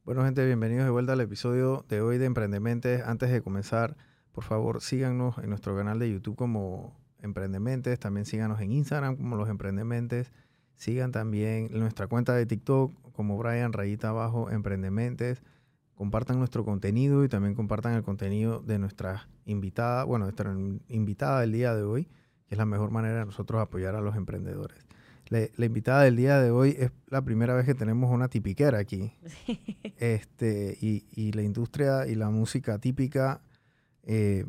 Bueno, gente, bienvenidos de vuelta al episodio de hoy de Emprendementes. Antes de comenzar, por favor, síganos en nuestro canal de YouTube como Emprendementes. También síganos en Instagram como Los Emprendementes. Sigan también nuestra cuenta de TikTok como Brian Rayita Abajo Emprendementes. Compartan nuestro contenido y también compartan el contenido de nuestra invitada, nuestra invitada del día de hoy, que es la mejor manera de nosotros apoyar a los emprendedores. La invitada del día de hoy es la primera vez que tenemos una tipiquera aquí. Sí. Y la industria y la música típica es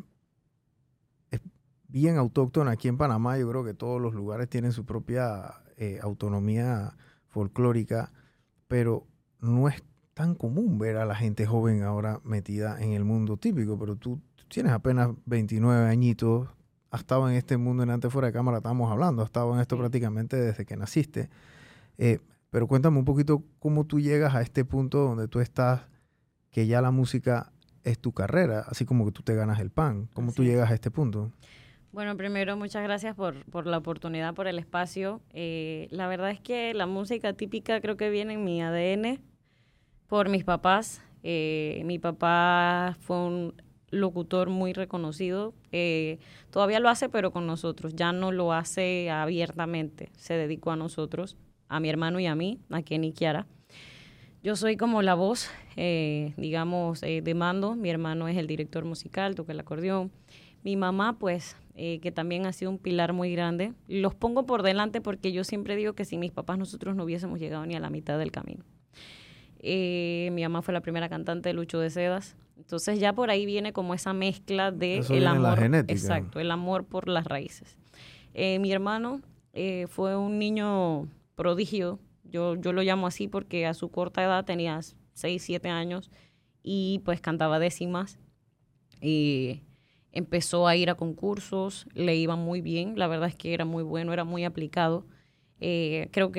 bien autóctona aquí en Panamá. Yo creo que todos los lugares tienen su propia autonomía folclórica, pero no es tan común ver a la gente joven ahora metida en el mundo típico. Pero tú tienes apenas 29 añitos, has estado en este mundo, en antes fuera de cámara estábamos hablando, has estado en esto prácticamente desde que naciste. Pero cuéntame un poquito cómo tú llegas a este punto donde tú estás, que ya la música es tu carrera, así como que tú te ganas el pan. ¿Cómo tú Así es. llegas a este punto? Bueno, primero, muchas gracias por la oportunidad, por el espacio. La verdad es que la música típica creo que viene en mi ADN por mis papás. Mi papá fue un locutor muy reconocido. Todavía lo hace, pero con nosotros. Ya no lo hace abiertamente. Se dedicó a nosotros, a mi hermano y a mí, a Kenny y Kiara. Yo soy como la voz, de mando. Mi hermano es el director musical, toca el acordeón. Mi mamá, pues, que también ha sido un pilar muy grande. Los pongo por delante porque yo siempre digo que sin mis papás nosotros no hubiésemos llegado ni a la mitad del camino. Mi mamá fue la primera cantante de Lucho de Sedas. Entonces ya por ahí viene como esa mezcla de Eso el viene en la amor. genética. Exacto, el amor por las raíces. Mi hermano fue un niño prodigio. Yo lo llamo así porque a su corta edad tenía 6, 7 años y pues cantaba décimas. Y empezó a ir a concursos, le iba muy bien, la verdad es que era muy bueno, era muy aplicado. Creo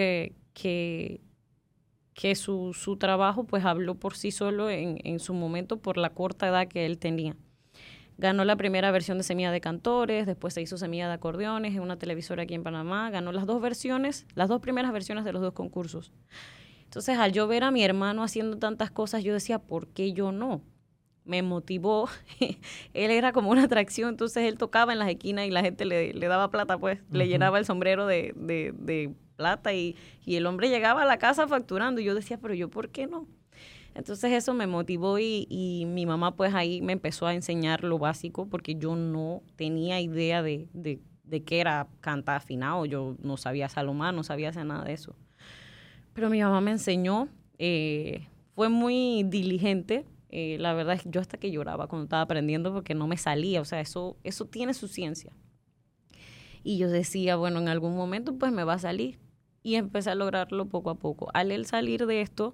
que su trabajo pues habló por sí solo en su momento por la corta edad que él tenía. Ganó la primera versión de Semilla de Cantores, después se hizo Semilla de Acordeones en una televisora aquí en Panamá, ganó las dos primeras versiones de los dos concursos. Entonces, al yo ver a mi hermano haciendo tantas cosas, yo decía, ¿por qué yo no? Me motivó. Él era como una atracción, entonces él tocaba en las esquinas y la gente le daba plata, pues, le llenaba el sombrero de plata y el hombre llegaba a la casa facturando y yo decía, pero yo, ¿por qué no? Entonces eso me motivó y mi mamá pues ahí me empezó a enseñar lo básico porque yo no tenía idea de qué era cantar afinado, yo no sabía salomar, no sabía hacer nada de eso. Pero mi mamá me enseñó, fue muy diligente. La verdad es que yo hasta que lloraba cuando estaba aprendiendo porque no me salía, o sea, eso tiene su ciencia. Y yo decía, bueno, en algún momento pues me va a salir. Y empecé a lograrlo poco a poco. Al él salir de esto,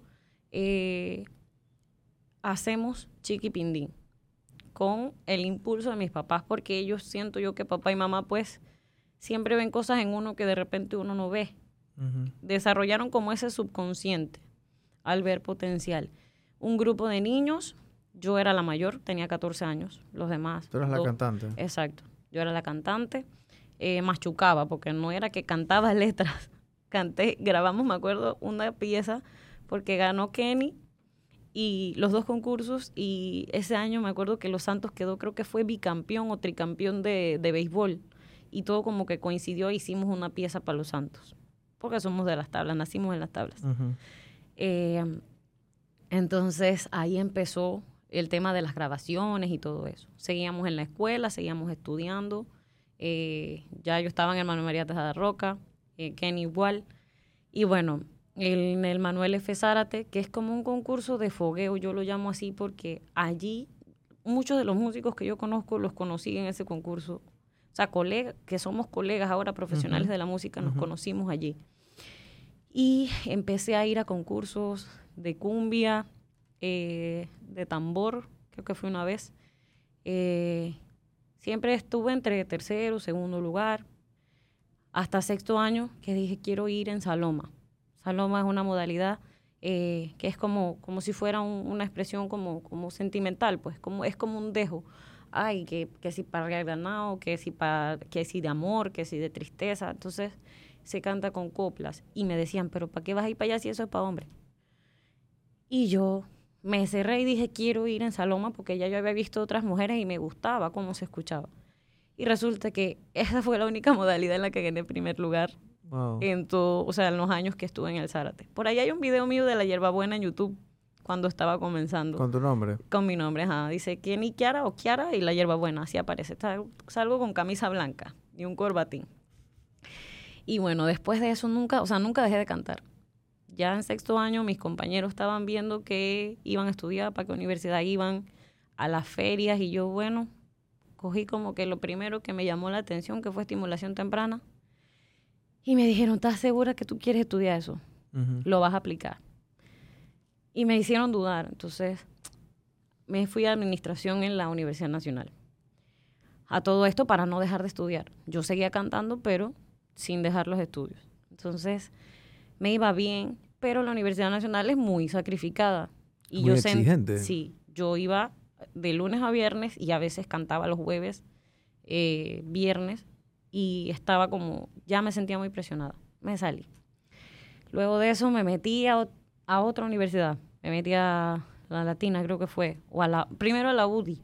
hacemos Chiquipindín con el impulso de mis papás, porque ellos siento yo que papá y mamá pues siempre ven cosas en uno que de repente uno no ve. Desarrollaron como ese subconsciente al ver potencial. Un grupo de niños, yo era la mayor, tenía 14 años, los demás. Tú eras la cantante. Exacto, yo era la cantante, machucaba, porque no era que cantaba letras, grabamos, me acuerdo, una pieza, porque ganó Kenny y los dos concursos, y ese año me acuerdo que Los Santos quedó, creo que fue bicampeón o tricampeón de béisbol, y todo como que coincidió, hicimos una pieza para Los Santos, porque somos de las tablas, nacimos en las tablas. Entonces ahí empezó el tema de las grabaciones y todo eso. Seguíamos en la escuela, seguíamos estudiando. Ya yo estaba en el Manuel María Tejada Roca, Kenny igual. Y bueno, en el Manuel F. Zárate, que es como un concurso de fogueo, yo lo llamo así porque allí muchos de los músicos que yo conozco los conocí en ese concurso. O sea, colegas, que somos colegas ahora profesionales de la música, nos conocimos allí. Y empecé a ir a concursos de cumbia, de tambor, creo que fue una vez. Siempre estuve entre tercero, segundo lugar, hasta sexto año que dije quiero ir en Saloma. Saloma es una modalidad que es como si fuera una expresión como sentimental, pues es como un dejo. Ay, que si para el ganado, que si de amor, que si de tristeza. Entonces se canta con coplas y me decían, pero ¿para qué vas a ir para allá si eso es para hombres? Y yo me cerré y dije, quiero ir en Saloma porque ya yo había visto otras mujeres y me gustaba cómo se escuchaba. Y resulta que esa fue la única modalidad en la que gané primer lugar Wow. en todo, o sea, en los años que estuve en el Zárate. Por ahí hay un video mío de la hierbabuena en YouTube cuando estaba comenzando. ¿Con tu nombre? Con mi nombre, ajá. Dice Kenny Kiara o Kiara y la hierbabuena, así aparece. Salgo con camisa blanca y un corbatín. Y bueno, después de eso nunca dejé de cantar. Ya en sexto año mis compañeros estaban viendo que iban a estudiar, para qué universidad iban, a las ferias, y yo, bueno, cogí como que lo primero que me llamó la atención, que fue estimulación temprana. Y me dijeron, ¿estás segura que tú quieres estudiar eso? Ujú. Lo vas a aplicar. Y me hicieron dudar. Entonces me fui a administración en la Universidad Nacional. A todo esto para no dejar de estudiar. Yo seguía cantando, pero sin dejar los estudios. Entonces me iba bien, pero la Universidad Nacional es muy sacrificada. Y Muy exigente. Sí, yo iba de lunes a viernes y a veces cantaba los jueves, viernes, y estaba como, ya me sentía muy presionada. Me salí. Luego de eso me metí a otra universidad. Me metí a la Latina, creo que fue, primero a la UDI.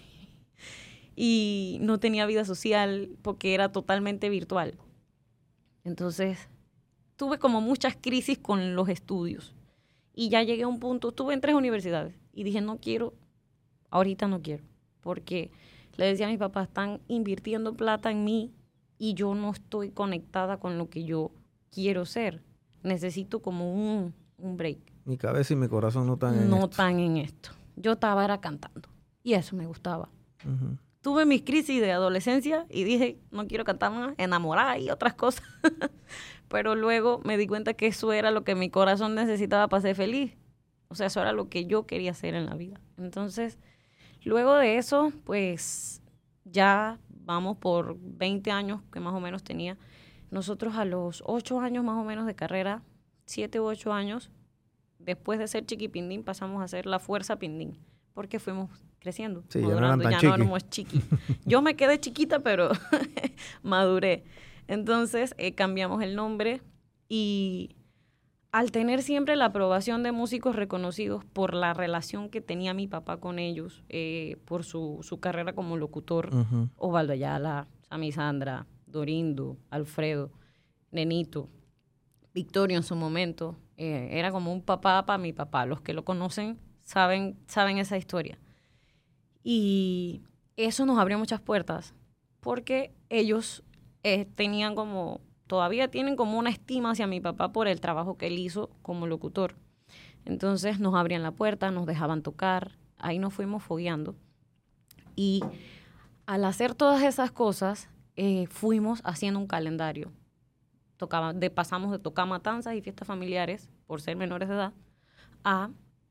Y no tenía vida social porque era totalmente virtual. Entonces tuve como muchas crisis con los estudios. Y ya llegué a un punto, estuve en 3 universidades y dije, no quiero, ahorita no quiero. Porque le decía a mis papás, están invirtiendo plata en mí y yo no estoy conectada con lo que yo quiero ser. Necesito como un break. Mi cabeza y mi corazón no están en No esto. tan en esto. Yo estaba era cantando y eso me gustaba. Ujú. Tuve mis crisis de adolescencia y dije, no quiero cantar más, enamorada y otras cosas. Pero luego me di cuenta que eso era lo que mi corazón necesitaba para ser feliz. O sea, eso era lo que yo quería hacer en la vida. Entonces, luego de eso, pues ya vamos por 20 años que más o menos tenía. Nosotros a los 8 años más o menos de carrera, 7 u 8 años, después de ser Chiquipindín, pasamos a ser la Fuerza Pindín, porque fuimos creciendo, Sí, ya no eran madurando, tan ya no chiquis. éramos chiquis. Yo me quedé chiquita, pero maduré. Entonces cambiamos el nombre y al tener siempre la aprobación de músicos reconocidos por la relación que tenía mi papá con ellos, por su carrera como locutor, Ujú. Osvaldo Ayala, Sammy Sandra, Dorindo, Alfredo, Nenito, Victorio en su momento, era como un papá para mi papá. Los que lo conocen saben esa historia. Y eso nos abrió muchas puertas porque ellos tenían como, todavía tienen como una estima hacia mi papá por el trabajo que él hizo como locutor. Entonces nos abrían la puerta, nos dejaban tocar, ahí nos fuimos fogueando. Y al hacer todas esas cosas, fuimos haciendo un calendario. Pasamos de tocar matanzas y fiestas familiares, por ser menores de edad, a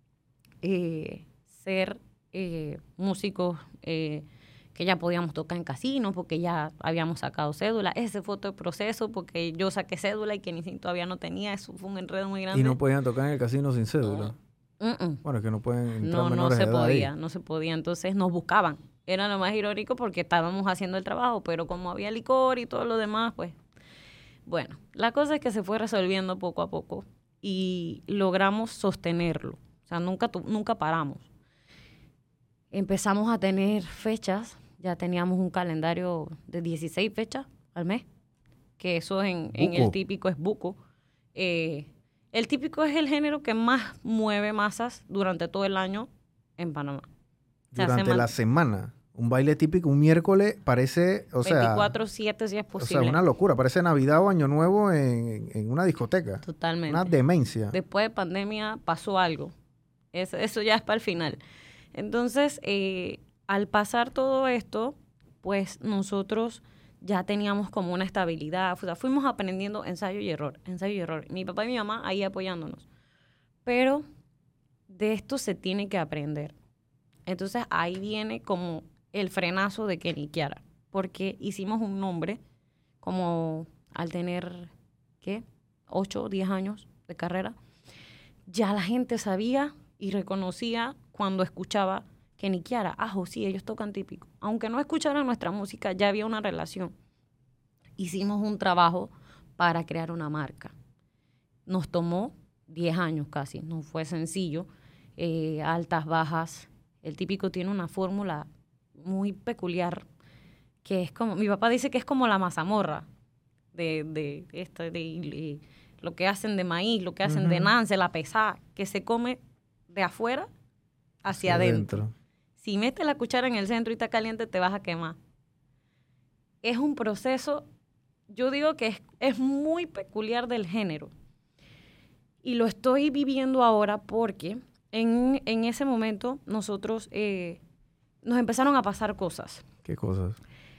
ser músicos que ya podíamos tocar en casinos porque ya habíamos sacado cédula. Ese fue otro proceso porque yo saqué cédula y que ni todavía no tenía. Eso fue un enredo muy grande. Y no podían tocar en el casino sin cédula. Bueno, es que no pueden entrar menores de edad ahí. No se podía. Entonces nos buscaban. Era lo más irónico porque estábamos haciendo el trabajo, pero como había licor y todo lo demás, pues... Bueno, la cosa es que se fue resolviendo poco a poco y logramos sostenerlo. O sea, nunca paramos. Empezamos a tener fechas, ya teníamos un calendario de 16 fechas al mes, que eso en el típico es buco. El típico es el género que más mueve masas durante todo el año en Panamá. O sea, Durante la semana. Un baile típico, un miércoles, parece, o sea... 24/7 si es posible. O sea, una locura. Parece Navidad o Año Nuevo en una discoteca. Totalmente. Una demencia. Después de pandemia pasó algo. Eso ya es para el final. Entonces, al pasar todo esto, pues nosotros ya teníamos como una estabilidad. O sea, fuimos aprendiendo ensayo y error. Mi papá y mi mamá ahí apoyándonos. Pero de esto se tiene que aprender. Entonces, ahí viene como el frenazo de Kenny Kiara. Porque hicimos un nombre como al tener, 8 o 10 años de carrera. Ya la gente sabía y reconocía cuando escuchaba Kenny Kiara. Sí, ellos tocan típico. Aunque no escucharan nuestra música, ya había una relación. Hicimos un trabajo para crear una marca. Nos tomó 10 años casi, no fue sencillo. altas, bajas. El típico tiene una fórmula muy peculiar, que es como, mi papá dice que es como la mazamorra de lo que hacen de maíz, lo que hacen de nance, la pesada, que se come de afuera hacia adentro. Si metes la cuchara en el centro y está caliente, te vas a quemar. Es un proceso, yo digo que es muy peculiar del género. Y lo estoy viviendo ahora porque en ese momento nosotros nos empezaron a pasar cosas. ¿Qué cosas?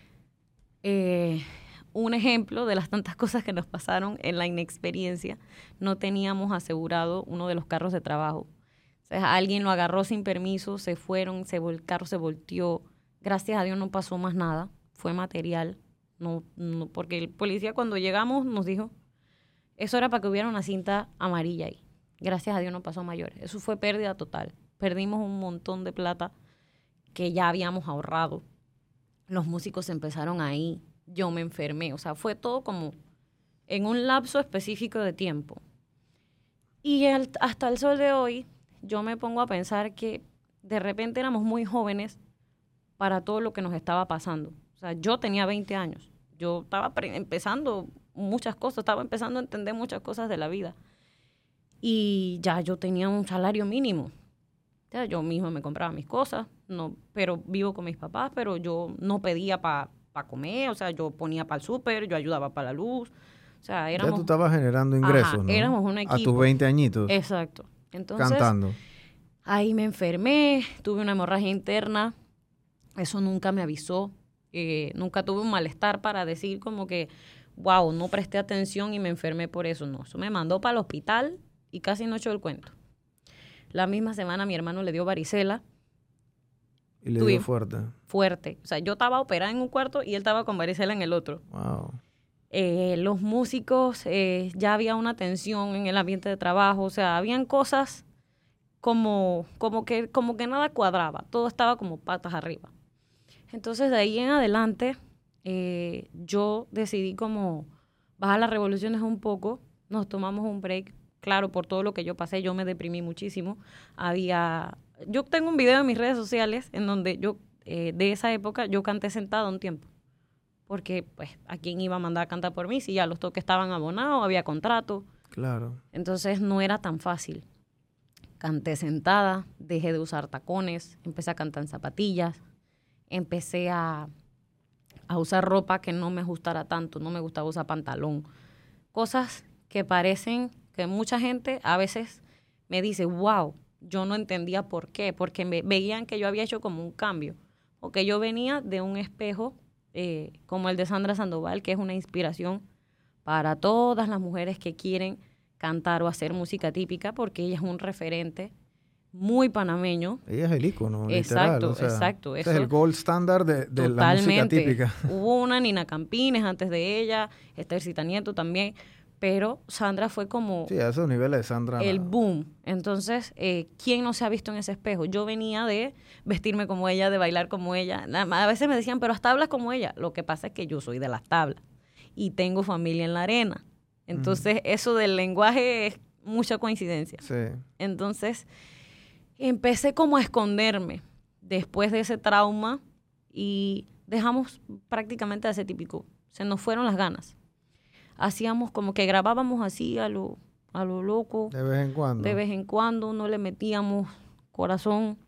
Un ejemplo de las tantas cosas que nos pasaron en la inexperiencia, no teníamos asegurado uno de los carros de trabajo. O sea, alguien lo agarró sin permiso, se fueron, el carro se volteó. Gracias a Dios no pasó más nada, fue material. No, porque el policía cuando llegamos nos dijo, eso era para que hubiera una cinta amarilla ahí. Gracias a Dios no pasó a mayores. Eso fue pérdida total. Perdimos un montón de plata que ya habíamos ahorrado. Los músicos empezaron ahí. Yo me enfermé. O sea, fue todo como en un lapso específico de tiempo. Y hasta el sol de hoy, yo me pongo a pensar que de repente éramos muy jóvenes para todo lo que nos estaba pasando. O sea, yo tenía 20 años. Yo estaba empezando muchas cosas, estaba empezando a entender muchas cosas de la vida. Y ya yo tenía un salario mínimo. O sea, yo misma me compraba mis cosas, pero vivo con mis papás, pero yo no pedía para comer, o sea, yo ponía para el súper, yo ayudaba para la luz. O sea, éramos... Ya tú estabas generando ingresos, ¿no? Éramos un equipo. A tus 20 añitos. Exacto. Entonces, cantando. Ahí me enfermé, tuve una hemorragia interna, eso nunca me avisó, nunca tuve un malestar para decir como que, wow, no presté atención y me enfermé por eso. No, eso me mandó para el hospital y casi no echó el cuento. La misma semana a mi hermano le dio varicela. Y le dio fuerte. Fuerte. O sea, yo estaba operada en un cuarto y él estaba con varicela en el otro. Wow. Los músicos, ya había una tensión en el ambiente de trabajo. O sea, habían cosas como que nada cuadraba. Todo estaba como patas arriba. Entonces, de ahí en adelante, yo decidí como bajar las revoluciones un poco. Nos tomamos un break. Claro, por todo lo que yo pasé, yo me deprimí muchísimo. Yo tengo un video en mis redes sociales en donde yo, de esa época, yo canté sentada un tiempo. Porque, pues, ¿a quién iba a mandar a cantar por mí? Si ya los toques estaban abonados, había contrato. Claro. Entonces, no era tan fácil. Canté sentada, dejé de usar tacones, empecé a cantar en zapatillas, empecé a usar ropa que no me ajustara tanto, no me gustaba usar pantalón. Cosas que parecen que mucha gente a veces me dice, wow, yo no entendía por qué, porque veían que yo había hecho como un cambio, o que yo venía de un espejo como el de Sandra Sandoval, que es una inspiración para todas las mujeres que quieren cantar o hacer música típica, porque ella es un referente muy panameño. Ella es el ícono, exacto, literal. O sea, exacto. Ese es el gold standard de la música típica. Hubo una Nina Campines antes de ella, Esther Cita Nieto también, pero Sandra fue como... Sí, a esos niveles de Sandra. El boom. Entonces, ¿quién no se ha visto en ese espejo? Yo venía de vestirme como ella, de bailar como ella. A veces me decían, pero hasta hablas como ella. Lo que pasa es que yo soy de las tablas y tengo familia en la arena. Entonces, eso del lenguaje es mucha coincidencia. Sí. Entonces, empecé como a esconderme después de ese trauma y dejamos prácticamente a ese típico. Se nos fueron las ganas. Hacíamos como que grabábamos así a lo loco. De vez en cuando. De vez en cuando, no le metíamos corazón.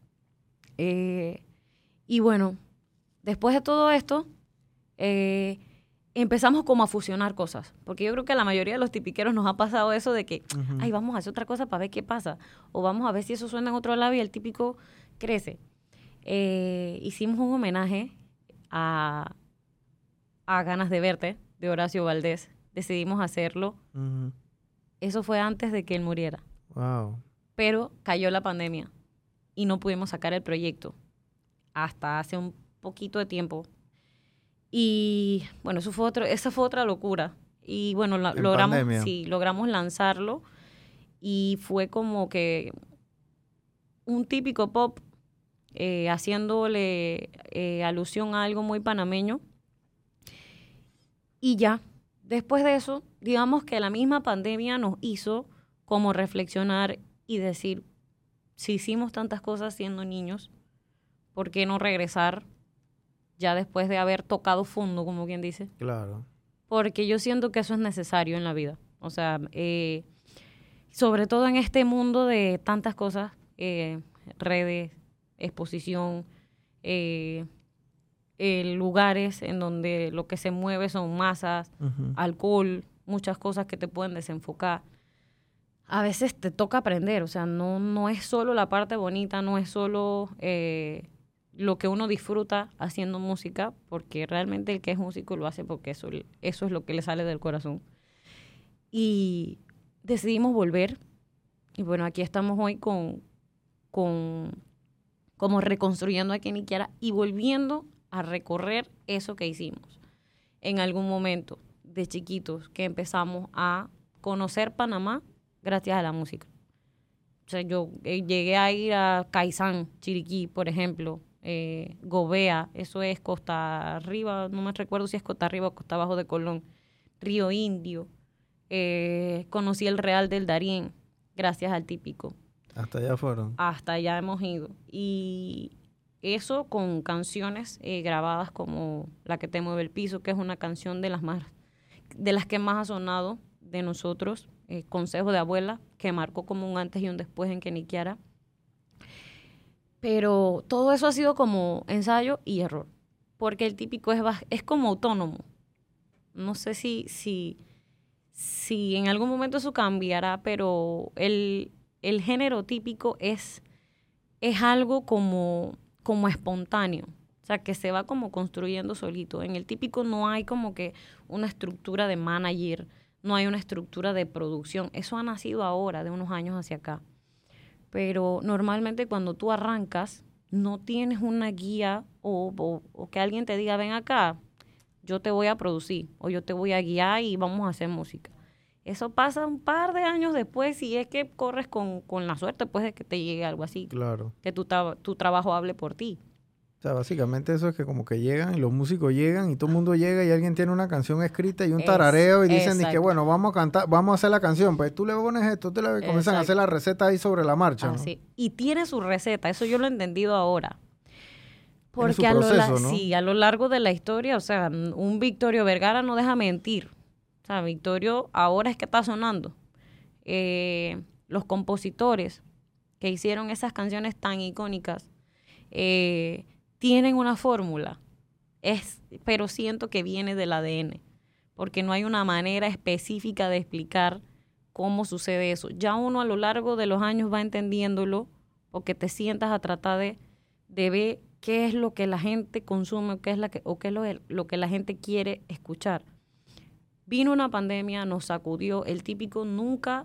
Y bueno, después de todo esto, empezamos como a fusionar cosas. Porque yo creo que a la mayoría de los tipiqueros nos ha pasado eso de que, ay, vamos a hacer otra cosa para ver qué pasa. O vamos a ver si eso suena en otro lado y el típico crece. Hicimos un homenaje a Ganas de Verte, de Horacio Valdés. Decidimos hacerlo. Eso fue antes de que él muriera. Wow. Pero cayó la pandemia y no pudimos sacar el proyecto hasta hace un poquito de tiempo. Y bueno, esa fue otra locura. Y bueno, logramos lanzarlo y fue como que un típico pop haciéndole alusión a algo muy panameño. Y ya, después de eso, digamos que la misma pandemia nos hizo como reflexionar y decir, si hicimos tantas cosas siendo niños, ¿por qué no regresar ya después de haber tocado fondo, como quien dice? Claro. Porque yo siento que eso es necesario en la vida. O sea, sobre todo en este mundo de tantas cosas, redes, exposición, lugares en donde lo que se mueve son masas, alcohol, muchas cosas que te pueden desenfocar. A veces te toca aprender, o sea, no es solo la parte bonita, no es solo lo que uno disfruta haciendo música, porque realmente el que es músico lo hace porque eso es lo que le sale del corazón. Y decidimos volver, y bueno, aquí estamos hoy como reconstruyendo a Keniquiara y volviendo a recorrer eso que hicimos en algún momento de chiquitos, que empezamos a conocer Panamá gracias a la música. O sea, yo llegué a ir a Caizán, Chiriquí, por ejemplo, Gobea, eso es costa arriba, no me recuerdo si es costa arriba o costa abajo de Colón, Río Indio, conocí el Real del Darién gracias al Típico. Hasta allá fueron. Hasta allá hemos ido. Y eso con canciones grabadas como La que te mueve el piso, que es una canción de las que más ha sonado de nosotros, Consejo de Abuela, que marcó como un antes y un después en Keniquiara. Pero todo eso ha sido como ensayo y error, porque el Típico es como autónomo. No sé si en algún momento eso cambiará, pero el género típico es algo como espontáneo, o sea, que se va como construyendo solito. En el Típico no hay como que una estructura de manager, no hay una estructura de producción. Eso ha nacido ahora, de unos años hacia acá. Pero normalmente cuando tú arrancas, no tienes una guía o que alguien te diga, ven acá, yo te voy a producir o yo te voy a guiar y vamos a hacer música. Eso pasa un par de años después, si es que corres con la suerte, pues, de que te llegue algo así. Claro. Que tu trabajo hable por ti. O sea, básicamente eso es que como que llegan y los músicos llegan y todo el mundo llega y alguien tiene una canción escrita y un tarareo y dicen que bueno, vamos a cantar, vamos a hacer la canción, pues tú le pones esto, comienzan a hacer la receta ahí sobre la marcha. ¿No? Sí. Y tiene su receta, eso yo lo he entendido ahora. Porque proceso, ¿no? Sí, a lo largo de la historia, o sea, un Victorio Vergara no deja mentir. O sea, Victorio ahora es que está sonando. Los compositores que hicieron esas canciones tan icónicas tienen una fórmula, pero siento que viene del ADN, porque no hay una manera específica de explicar cómo sucede eso. Ya uno a lo largo de los años va entendiéndolo, porque te sientas a tratar de ver qué es lo que la gente consume o qué es lo que la gente quiere escuchar. Vino una pandemia, nos sacudió, el Típico nunca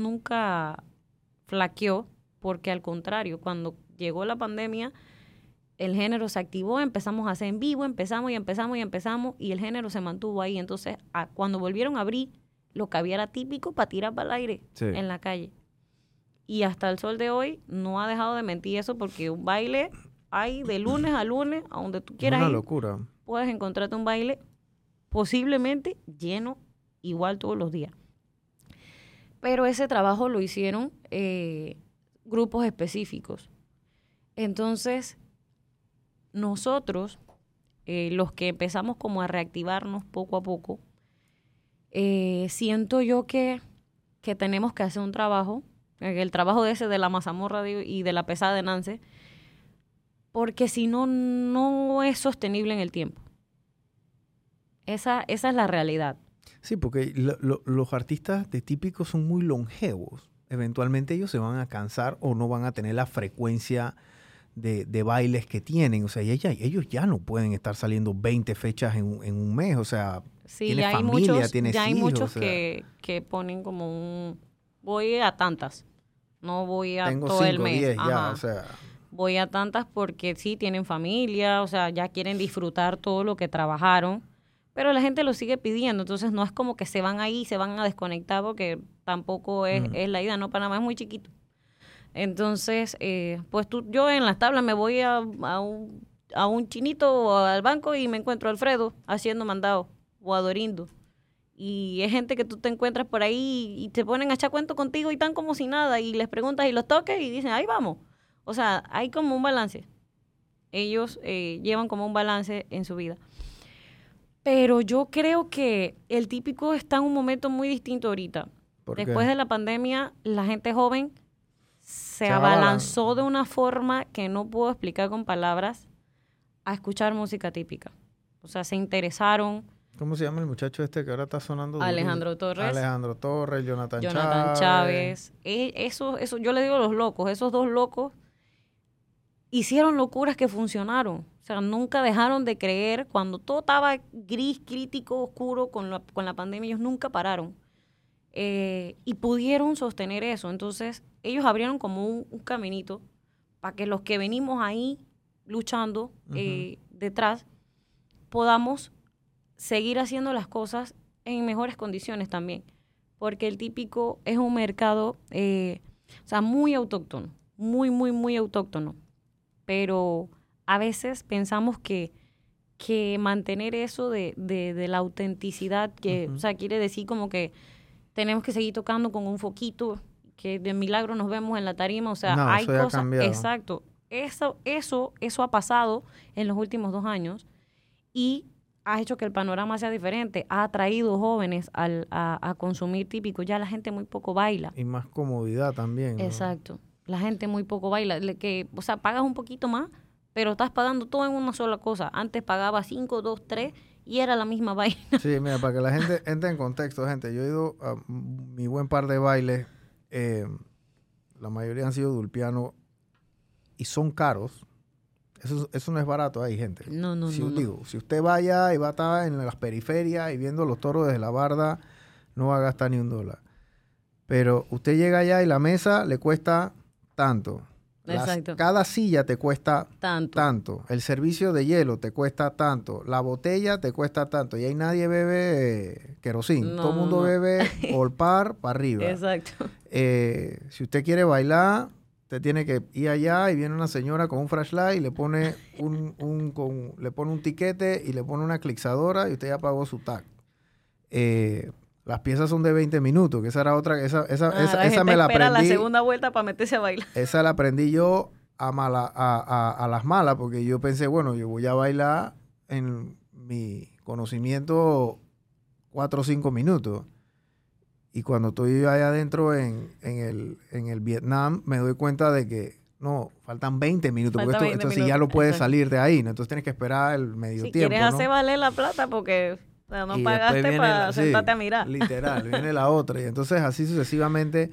flaqueó, porque al contrario, cuando llegó la pandemia, el género se activó, empezamos a hacer en vivo, empezamos y el género se mantuvo ahí. Entonces, cuando volvieron a abrir, lo que había era Típico para tirar para el aire en la calle. Y hasta el sol de hoy no ha dejado de mentir eso, porque un baile hay de lunes a lunes, a donde tú quieras ir. Es una locura. Puedes encontrarte un baile posiblemente lleno igual todos los días. Pero ese trabajo lo hicieron grupos específicos. Entonces, nosotros, los que empezamos como a reactivarnos poco a poco, siento yo que tenemos que hacer un trabajo, el trabajo de la mazamorra y de la pesada de Nance, porque si no, no es sostenible en el tiempo. Esa es la realidad. Sí, porque los artistas de Típico son muy longevos. Eventualmente ellos se van a cansar o no van a tener la frecuencia de bailes que tienen. O sea, ellos ya no pueden estar saliendo 20 fechas en un mes. O sea, sí, tienes familia, tienes hijos. Ya hay muchos, o sea, que ponen como voy a tantas, no voy a tengo todo 5, el mes. 10 ya, o sea. Voy a tantas porque sí, tienen familia, o sea, ya quieren disfrutar todo lo que trabajaron, pero la gente lo sigue pidiendo, entonces no es como que se van ahí, se van a desconectar, porque tampoco es la idea, ¿no? Panamá es muy chiquito. Entonces, pues yo en las tablas me voy a un chinito o al banco y me encuentro a Alfredo haciendo mandado, o a Dorindo, y es gente que tú te encuentras por ahí y te ponen a echar cuento contigo y tan como si nada y les preguntas y los toques y dicen, ahí vamos. O sea, hay como un balance. Ellos llevan como un balance en su vida. Pero yo creo que el típico está en un momento muy distinto ahorita. Después de la pandemia, la gente joven se abalanzó de una forma que no puedo explicar con palabras a escuchar música típica. O sea, se interesaron. ¿Cómo se llama el muchacho este que ahora está sonando? Alejandro Torres. Alejandro Torres, Jonathan Chávez. Eso, yo le digo a los locos, esos dos locos hicieron locuras que funcionaron. O sea, nunca dejaron de creer. Cuando todo estaba gris, crítico, oscuro con la pandemia, ellos nunca pararon. Y pudieron sostener eso. Entonces, ellos abrieron como un caminito para que los que venimos ahí luchando detrás podamos seguir haciendo las cosas en mejores condiciones también. Porque el típico es un mercado, o sea, muy autóctono, muy, muy, muy autóctono. Pero a veces pensamos que mantener eso de la autenticidad, que, o sea, quiere decir como que tenemos que seguir tocando con un foquito, que de milagro nos vemos en la tarima, o sea, no, hay eso cosas, exacto, eso ha pasado en los últimos 2 años y ha hecho que el panorama sea diferente, ha atraído jóvenes a consumir típico, ya la gente muy poco baila. Y más comodidad también, ¿no? Exacto, la gente muy poco baila, o sea, pagas un poquito más, pero estás pagando todo en una sola cosa. Antes pagaba 5, 2, 3 y era la misma vaina. Sí, mira, para que la gente entre en contexto, gente, yo he ido a mi buen par de bailes, la mayoría han sido de Ulpiano y son caros. Eso no es barato ahí, gente. No. Si usted vaya y va a estar en las periferias y viendo los toros desde la barda, no va a gastar ni $1. Pero usted llega allá y la mesa le cuesta tanto. Exacto. Cada silla te cuesta tanto. El servicio de hielo te cuesta tanto. La botella te cuesta tanto. Y ahí nadie bebe querosín. Todo el mundo bebe Olpar para arriba. Exacto. Si usted quiere bailar, usted tiene que ir allá y viene una señora con un flashlight y le pone le pone un tiquete y le pone una clixadora y usted ya pagó su tag. Las piezas son de 20 minutos, que esa era otra, esa me la aprendí. La segunda vuelta para meterse a bailar. Esa la aprendí yo a las malas, porque yo pensé, bueno, yo voy a bailar en mi conocimiento 4 o 5 minutos. Y cuando estoy allá adentro en el Vietnam, me doy cuenta de que no, faltan 20 minutos, porque entonces ya lo puedes salir de ahí, ¿no? Entonces tienes que esperar el medio tiempo. Si quieres hacer valer la plata, porque... O sea, no pagaste para sentarte a mirar. Literal, viene la otra. Y entonces así sucesivamente.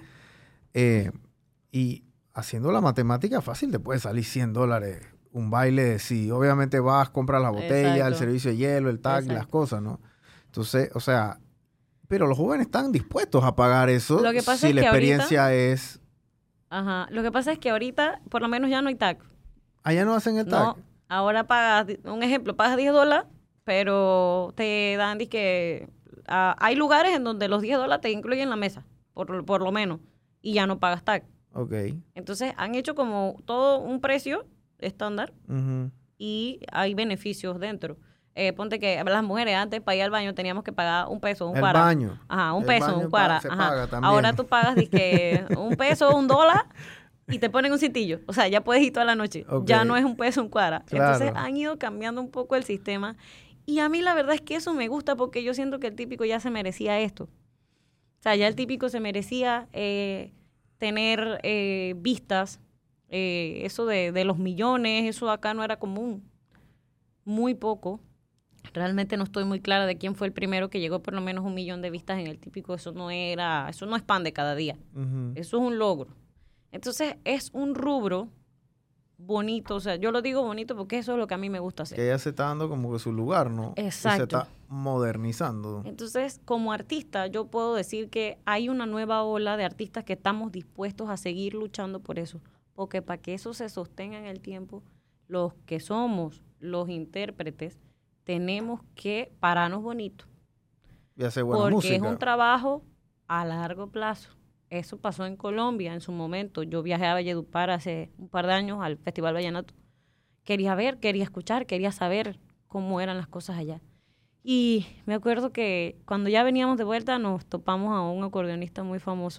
Y haciendo la matemática fácil te puede salir $100 un baile. Si obviamente vas, compras la botella, exacto, el servicio de hielo, el tag, exacto, las cosas, ¿no? Entonces, o sea, pero los jóvenes están dispuestos a pagar eso lo que pasa si es la que experiencia ahorita, es... Ajá. Lo que pasa es que ahorita por lo menos ya no hay tag. ¿Allá no hacen el tag? No, ahora pagas, un ejemplo, pagas $10, pero te dan, que hay lugares en donde los $10 te incluyen la mesa, por lo menos, y ya no pagas tag. Ok. Entonces han hecho como todo un precio estándar y hay beneficios dentro. Ponte que las mujeres antes para ir al baño teníamos que pagar $1, un cuara. El baño. Ajá, $1, un cuara. Se paga también. Ahora tú pagas $1, $1 y te ponen un cintillo. O sea, ya puedes ir toda la noche. Okay. Ya no es $1, un cuara. Claro. Entonces han ido cambiando un poco el sistema. Y a mí la verdad es que eso me gusta porque yo siento que el típico ya se merecía esto. O sea, ya el típico se merecía tener vistas. Eso de los millones, eso acá no era común. Muy poco. Realmente no estoy muy clara de quién fue el primero que llegó por lo menos 1 millón de vistas en el típico. Eso no es pan de cada día. Eso es un logro. Entonces es un rubro bonito, o sea, yo lo digo bonito porque eso es lo que a mí me gusta hacer. Que ella se está dando como que su lugar, ¿no? Exacto. Y se está modernizando. Entonces, como artista, yo puedo decir que hay una nueva ola de artistas que estamos dispuestos a seguir luchando por eso, porque para que eso se sostenga en el tiempo, los que somos los intérpretes, tenemos que pararnos bonito. Y hacer buena música. Porque es un trabajo a largo plazo. Eso pasó en Colombia en su momento. Yo viajé a Valledupar hace un par de años al Festival Vallenato. Quería ver, quería escuchar, quería saber cómo eran las cosas allá. Y me acuerdo que cuando ya veníamos de vuelta nos topamos a un acordeonista muy famoso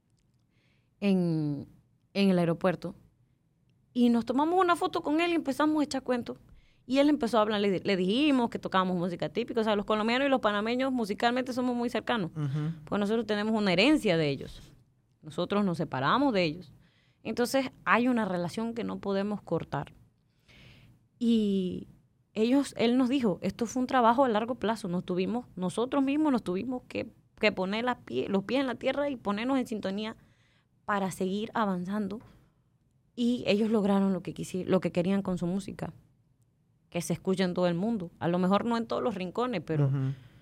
en el aeropuerto. Y nos tomamos una foto con él y empezamos a echar cuentos. Y él empezó a hablar, le dijimos que tocábamos música típica. O sea, los colombianos y los panameños musicalmente somos muy cercanos. Porque nosotros tenemos una herencia de ellos. Nosotros nos separamos de ellos. Entonces hay una relación que no podemos cortar. Y él nos dijo, esto fue un trabajo a largo plazo. Nosotros mismos nos tuvimos que poner los pies en la tierra y ponernos en sintonía para seguir avanzando. Y ellos lograron lo que querían con su música, que se escuche en todo el mundo. A lo mejor no en todos los rincones, pero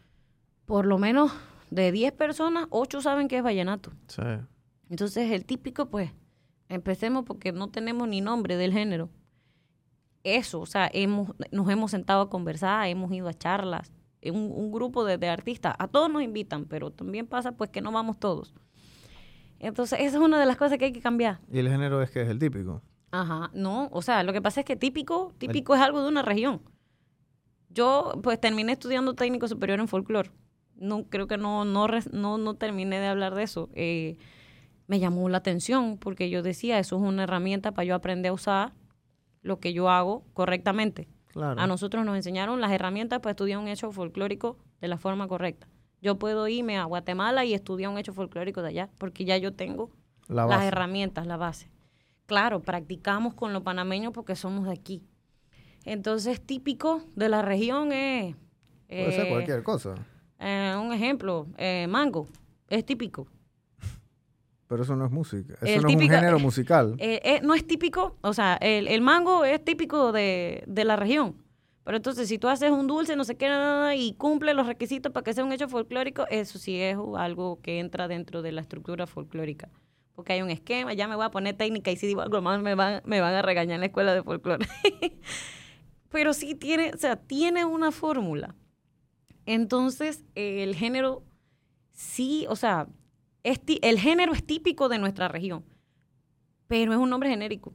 por lo menos de 10 personas, 8 saben que es vallenato. Sí. Entonces, el típico, pues, empecemos porque no tenemos ni nombre del género. Eso, o sea, nos hemos sentado a conversar, hemos ido a charlas, un grupo de artistas, a todos nos invitan, pero también pasa, pues, que no vamos todos. Entonces, esa es una de las cosas que hay que cambiar. ¿Y el género es que es el típico? Ajá, no, o sea, lo que pasa es que típico es algo de una región. Yo, pues, terminé estudiando técnico superior en folclore. Creo que no terminé de hablar de eso. Me llamó la atención porque yo decía, eso es una herramienta para yo aprender a usar lo que yo hago correctamente. Claro. A nosotros nos enseñaron las herramientas para estudiar un hecho folclórico de la forma correcta. Yo puedo irme a Guatemala y estudiar un hecho folclórico de allá, porque ya yo tengo las herramientas, la base. Claro, practicamos con los panameños porque somos de aquí. Entonces, típico de la región es... Puede ser cualquier cosa. Un ejemplo, mango, es típico. Pero eso no es música, eso no es un género musical. No es típico, o sea, el mango es típico de la región. Pero entonces, si tú haces un dulce, no sé qué, nada, y cumple los requisitos para que sea un hecho folclórico, eso sí es algo que entra dentro de la estructura folclórica. Porque hay un esquema, ya me voy a poner técnica y si digo algo más me van a regañar en la escuela de folclore. Pero sí tiene una fórmula. Entonces, el género sí, o sea, el género es típico de nuestra región, pero es un nombre genérico.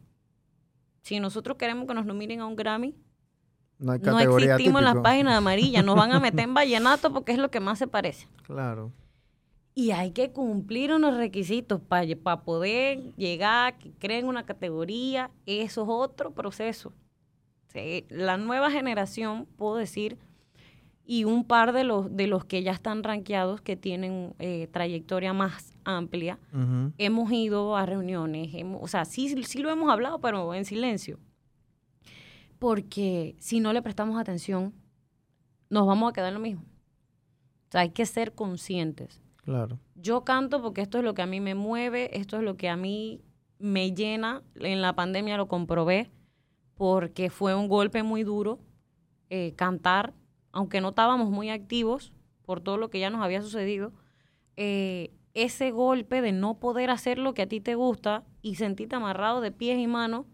Si nosotros queremos que nos nominen a un Grammy, no existimos típico en las páginas amarillas, nos van a meter en vallenato porque es lo que más se parece. Claro. Y hay que cumplir unos requisitos para poder llegar, que creen una categoría. Eso es otro proceso. Sí, la nueva generación, puedo decir, y un par de los que ya están rankeados, que tienen trayectoria más amplia, hemos ido a reuniones, o sea, sí lo hemos hablado, pero en silencio. Porque si no le prestamos atención, nos vamos a quedar en lo mismo. O sea, hay que ser conscientes. Claro. Yo canto porque esto es lo que a mí me mueve, esto es lo que a mí me llena. En la pandemia lo comprobé porque fue un golpe muy duro cantar, aunque no estábamos muy activos por todo lo que ya nos había sucedido. Ese golpe de no poder hacer lo que a ti te gusta y sentirte amarrado de pies y manos,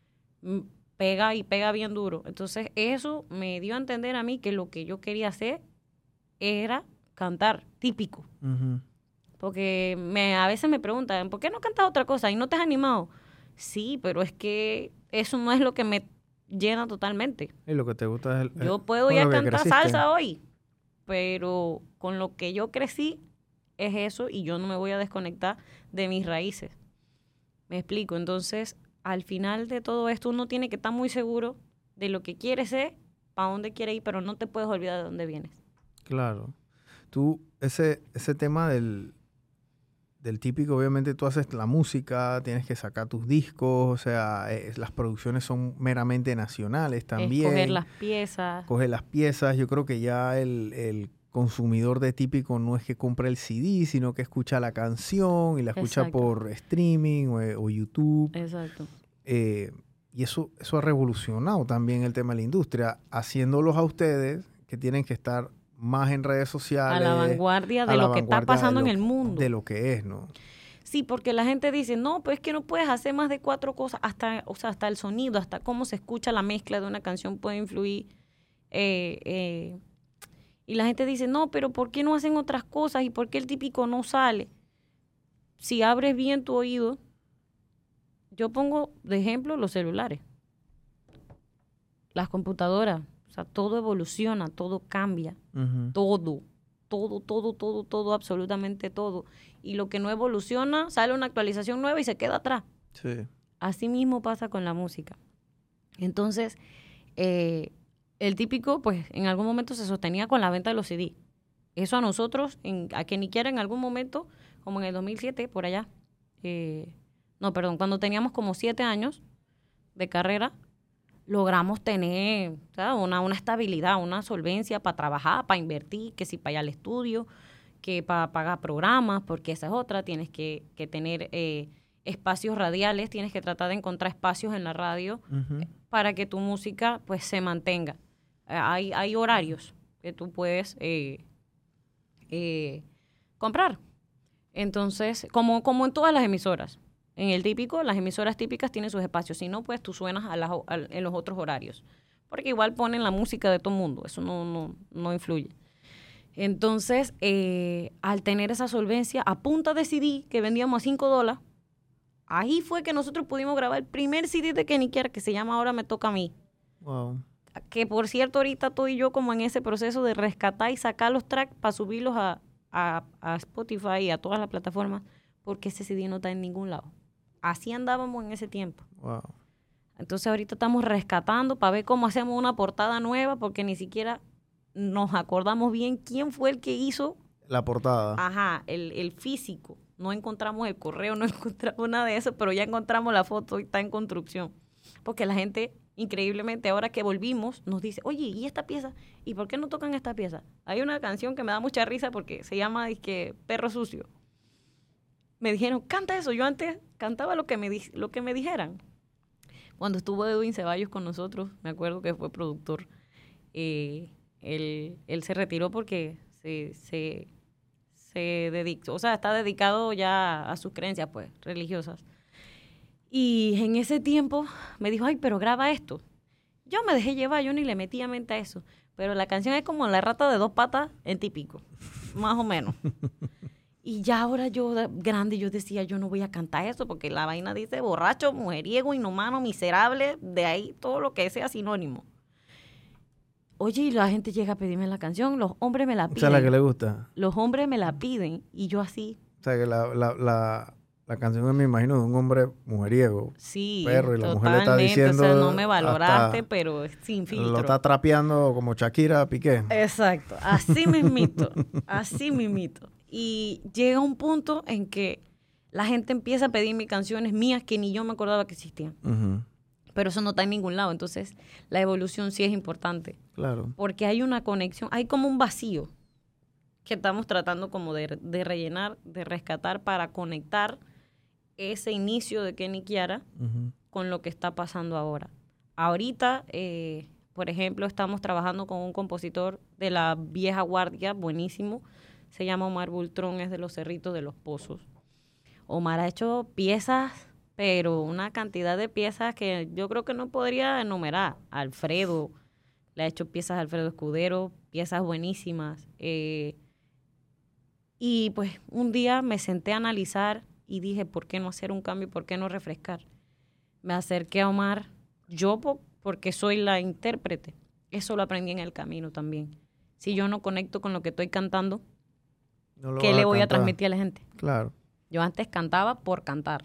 pega bien duro. Entonces eso me dio a entender a mí que lo que yo quería hacer era cantar típico. Porque a veces me preguntan, ¿por qué no cantas otra cosa y no te has animado? Sí, pero es que eso no es lo que me llena totalmente. Y lo que te gusta es yo puedo ir a cantar salsa hoy, pero con lo que yo crecí es eso y yo no me voy a desconectar de mis raíces. ¿Me explico? Entonces, al final de todo esto, uno tiene que estar muy seguro de lo que quiere ser, para dónde quiere ir, pero no te puedes olvidar de dónde vienes. Claro. Tú, ese tema del típico, obviamente tú haces la música, tienes que sacar tus discos, o sea, las producciones son meramente nacionales también. Coger las piezas. Yo creo que ya el consumidor de típico no es que compra el CD, sino que escucha la canción y la escucha por streaming o YouTube. Exacto. Y eso ha revolucionado también el tema de la industria, haciéndolos a ustedes que tienen que estar más en redes sociales. A la vanguardia de lo que está pasando en el mundo. De lo que es, ¿no? Sí, porque la gente dice, no, pues es que no puedes hacer más de 4 cosas, hasta el sonido, hasta cómo se escucha la mezcla de una canción puede influir. Y la gente dice, no, pero ¿por qué no hacen otras cosas? ¿Y por qué el típico no sale? Si abres bien tu oído, yo pongo de ejemplo los celulares, las computadoras. O sea, todo evoluciona, todo cambia, todo, absolutamente todo. Y lo que no evoluciona, sale una actualización nueva y se queda atrás. Sí. Así mismo pasa con la música. Entonces, el típico, pues, en algún momento se sostenía con la venta de los CD. Eso a nosotros, a que ni quiera en algún momento, como en el 2007, por allá, cuando teníamos como 7 años de carrera, logramos tener, ¿sabes?, una estabilidad, una solvencia para trabajar, para invertir, que si para ir al estudio, que para pagar programas, porque esa es otra, tienes que tener espacios radiales, tienes que tratar de encontrar espacios en la radio para que tu música pues se mantenga. Hay horarios que tú puedes comprar. Entonces, como en todas las emisoras. En el típico, las emisoras típicas tienen sus espacios. Si no, pues tú suenas en los otros horarios. Porque igual ponen la música de todo el mundo. Eso no influye. Entonces, al tener esa solvencia, a punta de CD que vendíamos a $5, ahí fue que nosotros pudimos grabar el primer CD de Kenny Quiera, que se llama Ahora Me Toca a Mí. Wow. Que, por cierto, ahorita estoy yo como en ese proceso de rescatar y sacar los tracks para subirlos a Spotify y a todas las plataformas, porque ese CD no está en ningún lado. Así andábamos en ese tiempo. Wow. Entonces ahorita estamos rescatando para ver cómo hacemos una portada nueva, porque ni siquiera nos acordamos bien quién fue el que hizo la portada. Ajá, el físico. No encontramos el correo, no encontramos nada de eso, pero ya encontramos la foto y está en construcción. Porque la gente, increíblemente, ahora que volvimos, nos dice, oye, ¿y esta pieza? ¿Y por qué no tocan esta pieza? Hay una canción que me da mucha risa porque se llama Perro Sucio. Me dijeron, canta eso. Yo antes cantaba lo que me dijeran. Cuando estuvo Edwin Ceballos con nosotros, me acuerdo que fue productor, él se retiró porque se dedicó, o sea, está dedicado ya a sus creencias, pues, religiosas. Y en ese tiempo me dijo, ay, pero graba esto. Yo me dejé llevar, yo ni le metí a mente a eso. Pero la canción es como La rata de 2 patas en típico, más o menos. Y ya ahora yo, grande, yo decía, yo no voy a cantar eso, porque la vaina dice borracho, mujeriego, inhumano, miserable, de ahí todo lo que sea sinónimo. Oye, y la gente llega a pedirme la canción, los hombres me la piden. O sea, la que le gusta. Los hombres me la piden, y yo así. O sea, que la canción me imagino de un hombre mujeriego. Sí, perro, y la mujer le está totalmente, diciendo, o sea, no me valoraste, pero sin filtro. Lo está trapeando como Shakira Piqué. Exacto, así mismito, así mismito. Y llega un punto en que la gente empieza a pedirme canciones mías que ni yo me acordaba que existían. Uh-huh. Pero eso no está en ningún lado. Entonces, la evolución sí es importante. Claro. Porque hay una conexión, hay como un vacío que estamos tratando como de rellenar, de rescatar para conectar ese inicio de Kenny Quiara con lo que está pasando ahora. Ahorita, por ejemplo, estamos trabajando con un compositor de la vieja guardia, buenísimo. Se llama Omar Bultrón, es de los Cerritos de los Pozos. Omar ha hecho piezas, pero una cantidad de piezas que yo creo que no podría enumerar. Alfredo, le ha hecho piezas a Alfredo Escudero, piezas buenísimas. Y pues un día me senté a analizar y dije, ¿por qué no hacer un cambio? ¿Por qué no refrescar? Me acerqué a Omar, yo porque soy la intérprete. Eso lo aprendí en el camino también. Si yo no conecto con lo que estoy cantando, ¿qué le voy a transmitir a la gente? Claro. Yo antes cantaba por cantar.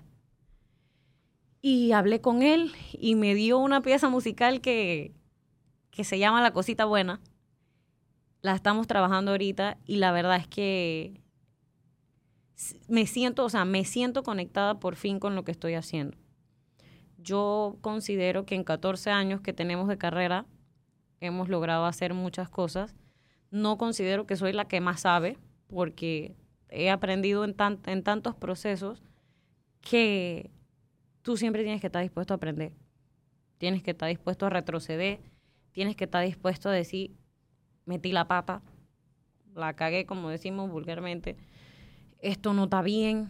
Y hablé con él y me dio una pieza musical que se llama La Cosita Buena. La estamos trabajando ahorita y la verdad es que me siento conectada por fin con lo que estoy haciendo. Yo considero que en 14 años que tenemos de carrera hemos logrado hacer muchas cosas. No considero que soy la que más sabe, porque he aprendido en tantos procesos que tú siempre tienes que estar dispuesto a aprender. Tienes que estar dispuesto a retroceder. Tienes que estar dispuesto a decir, metí la pata, la cagué, como decimos vulgarmente. Esto no está bien.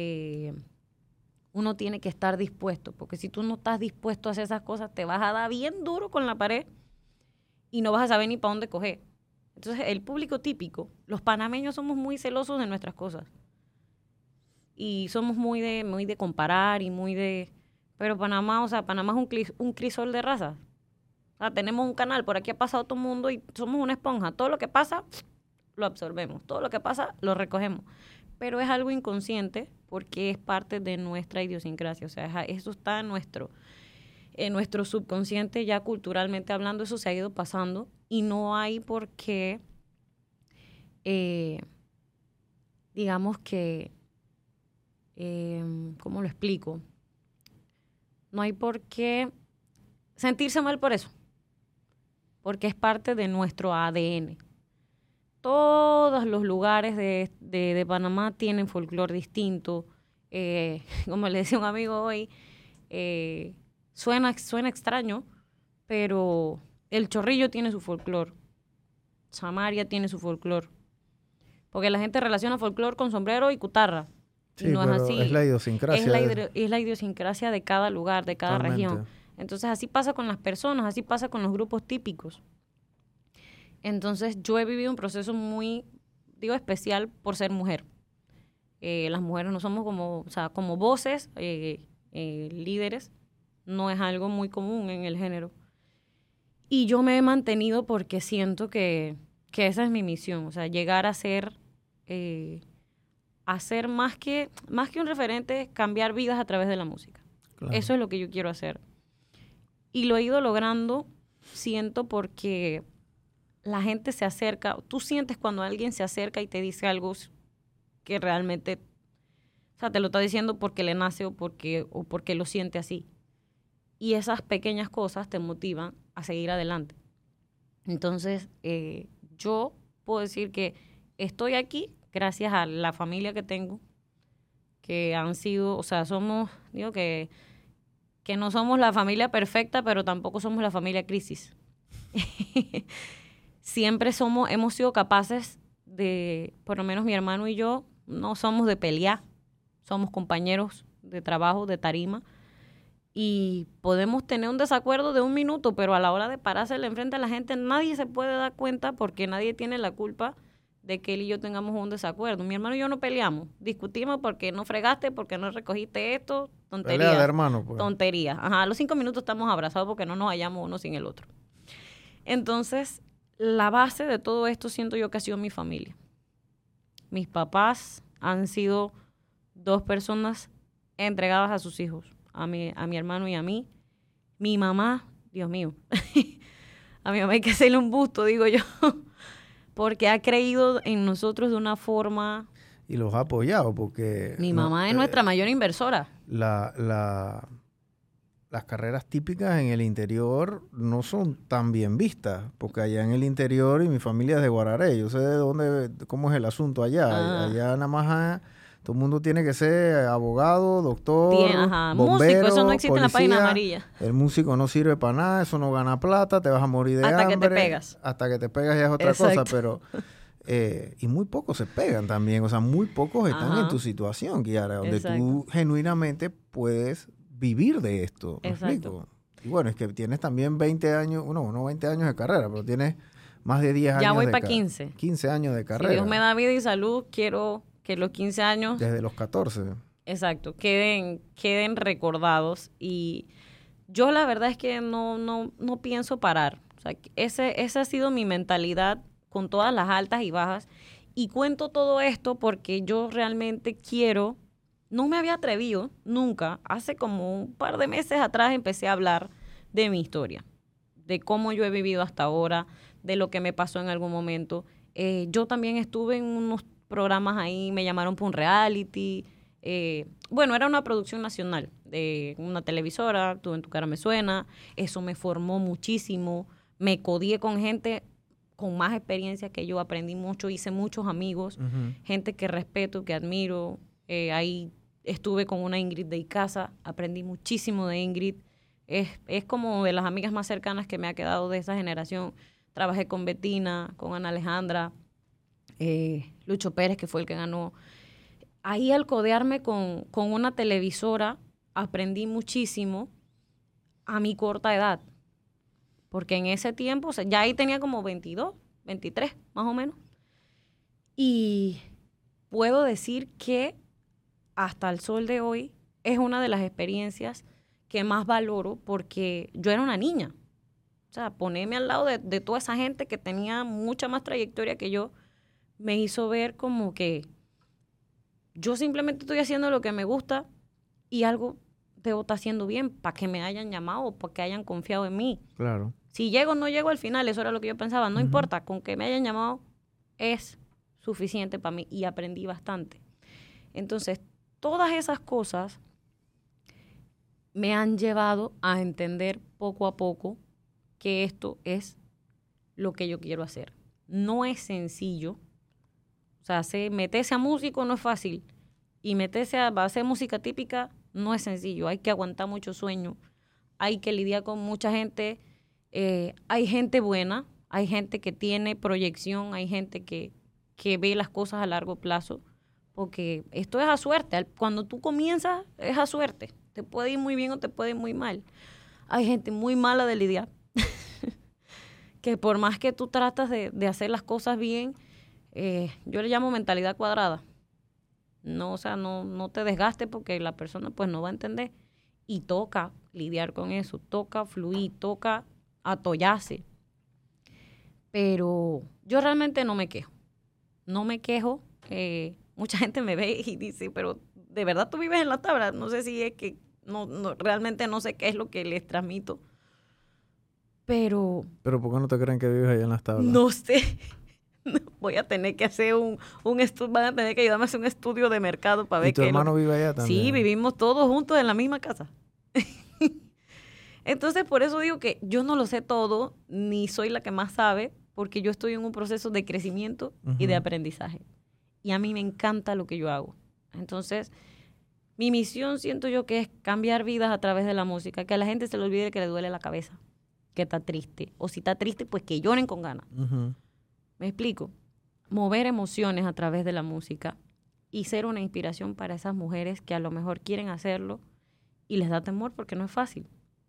Uno tiene que estar dispuesto, porque si tú no estás dispuesto a hacer esas cosas, te vas a dar bien duro con la pared y no vas a saber ni para dónde coger. Entonces, el público típico, los panameños somos muy celosos de nuestras cosas. Y somos muy de comparar y muy de... Pero Panamá, o sea, Panamá es un crisol de razas. sea, tenemos un canal, por aquí ha pasado todo el mundo y somos una esponja. Todo lo que pasa, lo absorbemos. Todo lo que pasa, lo recogemos. Pero es algo inconsciente porque es parte de nuestra idiosincrasia. O sea, eso está en nuestro subconsciente, ya culturalmente hablando, eso se ha ido pasando y no hay por qué, digamos que, ¿cómo lo explico? No hay por qué sentirse mal por eso, porque es parte de nuestro ADN. Todos los lugares de Panamá tienen folclore distinto. Como le decía un amigo hoy, suena extraño, pero el Chorrillo tiene su folclore, Samaria tiene su folclore, porque la gente relaciona folclore con sombrero y cutarra. Sí, y no es pero así. es la idiosincrasia. Es la idiosincrasia de cada lugar, de cada Totalmente. región. Entonces así pasa con las personas, así pasa con los grupos típicos. Entonces yo he vivido un proceso muy, digo, especial por ser mujer. Las mujeres no somos como voces, líderes, no es algo muy común en el género. Y yo me he mantenido porque siento que esa es mi misión, o sea, llegar a ser más que un referente, cambiar vidas a través de la música. Claro. Eso es lo que yo quiero hacer. Y lo he ido logrando, siento, porque la gente se acerca, tú sientes cuando alguien se acerca y te dice algo que realmente, o sea, te lo está diciendo porque le nace o porque lo siente así. Y esas pequeñas cosas te motivan a seguir adelante. Entonces, yo puedo decir que estoy aquí gracias a la familia que tengo, que han sido, o sea, digo que no somos la familia perfecta, pero tampoco somos la familia crisis. Siempre hemos sido capaces de, por lo menos mi hermano y yo, no somos de pelear, somos compañeros de trabajo, de tarima, y podemos tener un desacuerdo de 1 minuto, pero a la hora de parársele enfrente a la gente, nadie se puede dar cuenta porque nadie tiene la culpa de que él y yo tengamos un desacuerdo. Mi hermano y yo no peleamos, discutimos porque no fregaste, porque no recogiste esto, tonterías. Pelea de hermano, pues. Tonterías. Ajá, a los 5 minutos estamos abrazados porque no nos hallamos uno sin el otro. Entonces, la base de todo esto siento yo que ha sido mi familia. Mis papás han sido 2 personas entregadas a sus hijos, a mi hermano y a mí. Mi mamá, Dios mío, a mi mamá hay que hacerle un busto, digo yo, porque ha creído en nosotros de una forma. Y los ha apoyado porque... Mi mamá es nuestra mayor inversora. Las carreras típicas en el interior no son tan bien vistas, porque allá en el interior, y mi familia es de Guararé, yo sé cómo es el asunto allá. Allá nada más todo el mundo tiene que ser abogado, doctor, bombero, músico, eso no existe policía. En la página amarilla. El músico no sirve para nada, eso no gana plata, te vas a morir de hambre. Hasta que te pegas. Hasta que te pegas ya es otra cosa, pero... y muy pocos se pegan también, o sea, muy pocos están en tu situación, Kiara, donde tú genuinamente puedes vivir de esto. ¿Me explico? Y bueno, es que tienes también 20 años, no 20 años de carrera, pero tienes más de 10 años. Ya voy para 15. 15 años de carrera. Si Dios me da vida y salud, quiero que los 15 años... Desde los 14. Exacto, queden recordados. Y yo la verdad es que no pienso parar. O sea, esa ha sido mi mentalidad con todas las altas y bajas. Y cuento todo esto porque yo realmente quiero... No me había atrevido nunca. Hace como un par de meses atrás empecé a hablar de mi historia, de cómo yo he vivido hasta ahora, de lo que me pasó en algún momento. Yo también estuve en unos programas ahí, me llamaron para un reality. Bueno, era una producción nacional de una televisora, Tú en tu cara me suena. Eso me formó muchísimo. Me codié con gente con más experiencia que yo, aprendí mucho, hice muchos amigos, gente que respeto, que admiro. Ahí estuve con una Ingrid de Icaza, aprendí muchísimo de Ingrid. Es como de las amigas más cercanas que me ha quedado de esa generación. Trabajé con Betina, con Ana Alejandra, Lucho Pérez, que fue el que ganó. Ahí al codearme con una televisora, aprendí muchísimo a mi corta edad. Porque en ese tiempo, o sea, ya ahí tenía como 22, 23, más o menos. Y puedo decir que hasta el sol de hoy es una de las experiencias que más valoro porque yo era una niña. O sea, ponerme al lado de toda esa gente que tenía mucha más trayectoria que yo, me hizo ver como que yo simplemente estoy haciendo lo que me gusta y algo debo estar haciendo bien para que me hayan llamado, para que hayan confiado en mí. Claro. Si llego o no llego al final, eso era lo que yo pensaba. No importa, con que me hayan llamado es suficiente para mí y aprendí bastante. Entonces, todas esas cosas me han llevado a entender poco a poco que esto es lo que yo quiero hacer. No es sencillo. O sea, meterse a músico no es fácil. Y meterse a hacer música típica no es sencillo. Hay que aguantar mucho sueño. Hay que lidiar con mucha gente. Hay gente buena. Hay gente que tiene proyección. Hay gente que ve las cosas a largo plazo. Porque esto es a suerte. Cuando tú comienzas, es a suerte. Te puede ir muy bien o te puede ir muy mal. Hay gente muy mala de lidiar. Que por más que tú tratas de hacer las cosas bien, yo le llamo mentalidad cuadrada. No, o sea, no te desgastes porque la persona pues no va a entender. Y toca lidiar con eso, toca fluir, toca atollarse. Pero yo realmente no me quejo. No me quejo. Mucha gente me ve y dice, pero ¿de verdad tú vives en la tabla? No sé si es que realmente no sé qué es lo que les transmito. Pero ¿Pero por qué no te creen que vives allá en las tablas? no sé. Voy a tener que hacer un estudio, van a tener que ayudarme a hacer un estudio de mercado para ver ¿Y tu hermano vive allá también? Sí, vivimos todos juntos en la misma casa. Entonces, por eso digo que yo no lo sé todo, ni soy la que más sabe, porque yo estoy en un proceso de crecimiento y de aprendizaje. Y a mí me encanta lo que yo hago. Entonces, mi misión siento yo que es cambiar vidas a través de la música, que a la gente se le olvide que le duele la cabeza, que está triste. O si está triste, pues que lloren con ganas. ¿Me explico? Mover emociones a través de la música y ser una inspiración para esas mujeres que a lo mejor quieren hacerlo y les da temor porque no es fácil.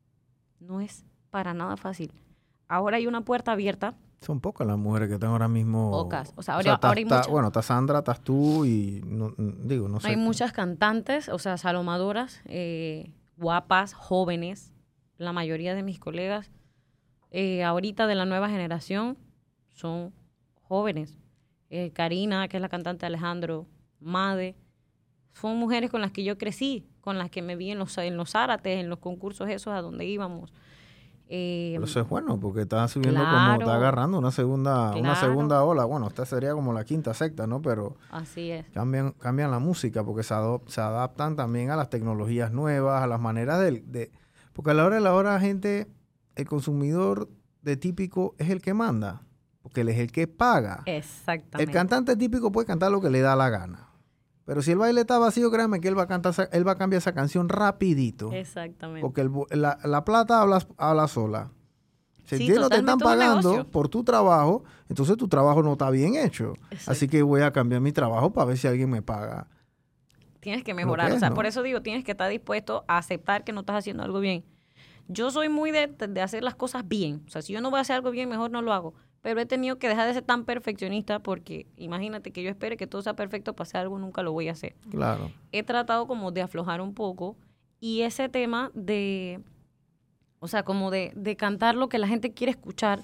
No es para nada fácil. Ahora hay una puerta abierta. Son pocas las mujeres que están ahora mismo. Pocas. O sea, ahora hay muchas. Bueno, está Sandra, estás tú y no sé. Hay muchas cantantes, o sea, salomadoras, guapas, jóvenes. La mayoría de mis colegas ahorita de la nueva generación son jóvenes. Karina, que es la cantante de Alejandro, Made, son mujeres con las que yo crecí, con las que me vi en los Zárates, en los concursos esos a donde íbamos. Pero eso es bueno, porque está subiendo claro, como, está agarrando una segunda ola. Bueno, esta sería como la quinta secta, ¿no? Pero así es. Cambian la música porque se adaptan también a las tecnologías nuevas, a las maneras porque a la hora de la hora, gente, el consumidor de típico es el que manda, porque él es el que paga. Exactamente. El cantante típico puede cantar lo que le da la gana. Pero si el baile está vacío, créanme que él va a cambiar esa canción rapidito. Exactamente. Porque la plata habla sola. Si Sí, no te están pagando negocio. por tu trabajo, entonces tu trabajo no está bien hecho. Exacto. Así que voy a cambiar mi trabajo para ver si alguien me paga. Tienes que mejorar. ¿no? O sea, por eso digo, tienes que estar dispuesto a aceptar que no estás haciendo algo bien. Yo soy muy de hacer las cosas bien. O sea, si yo no voy a hacer algo bien, mejor no lo hago. Pero he tenido que dejar de ser tan perfeccionista porque imagínate que yo espere que todo sea perfecto para hacer algo, nunca lo voy a hacer. Claro. He tratado como de aflojar un poco y ese tema o sea, como de cantar lo que la gente quiere escuchar,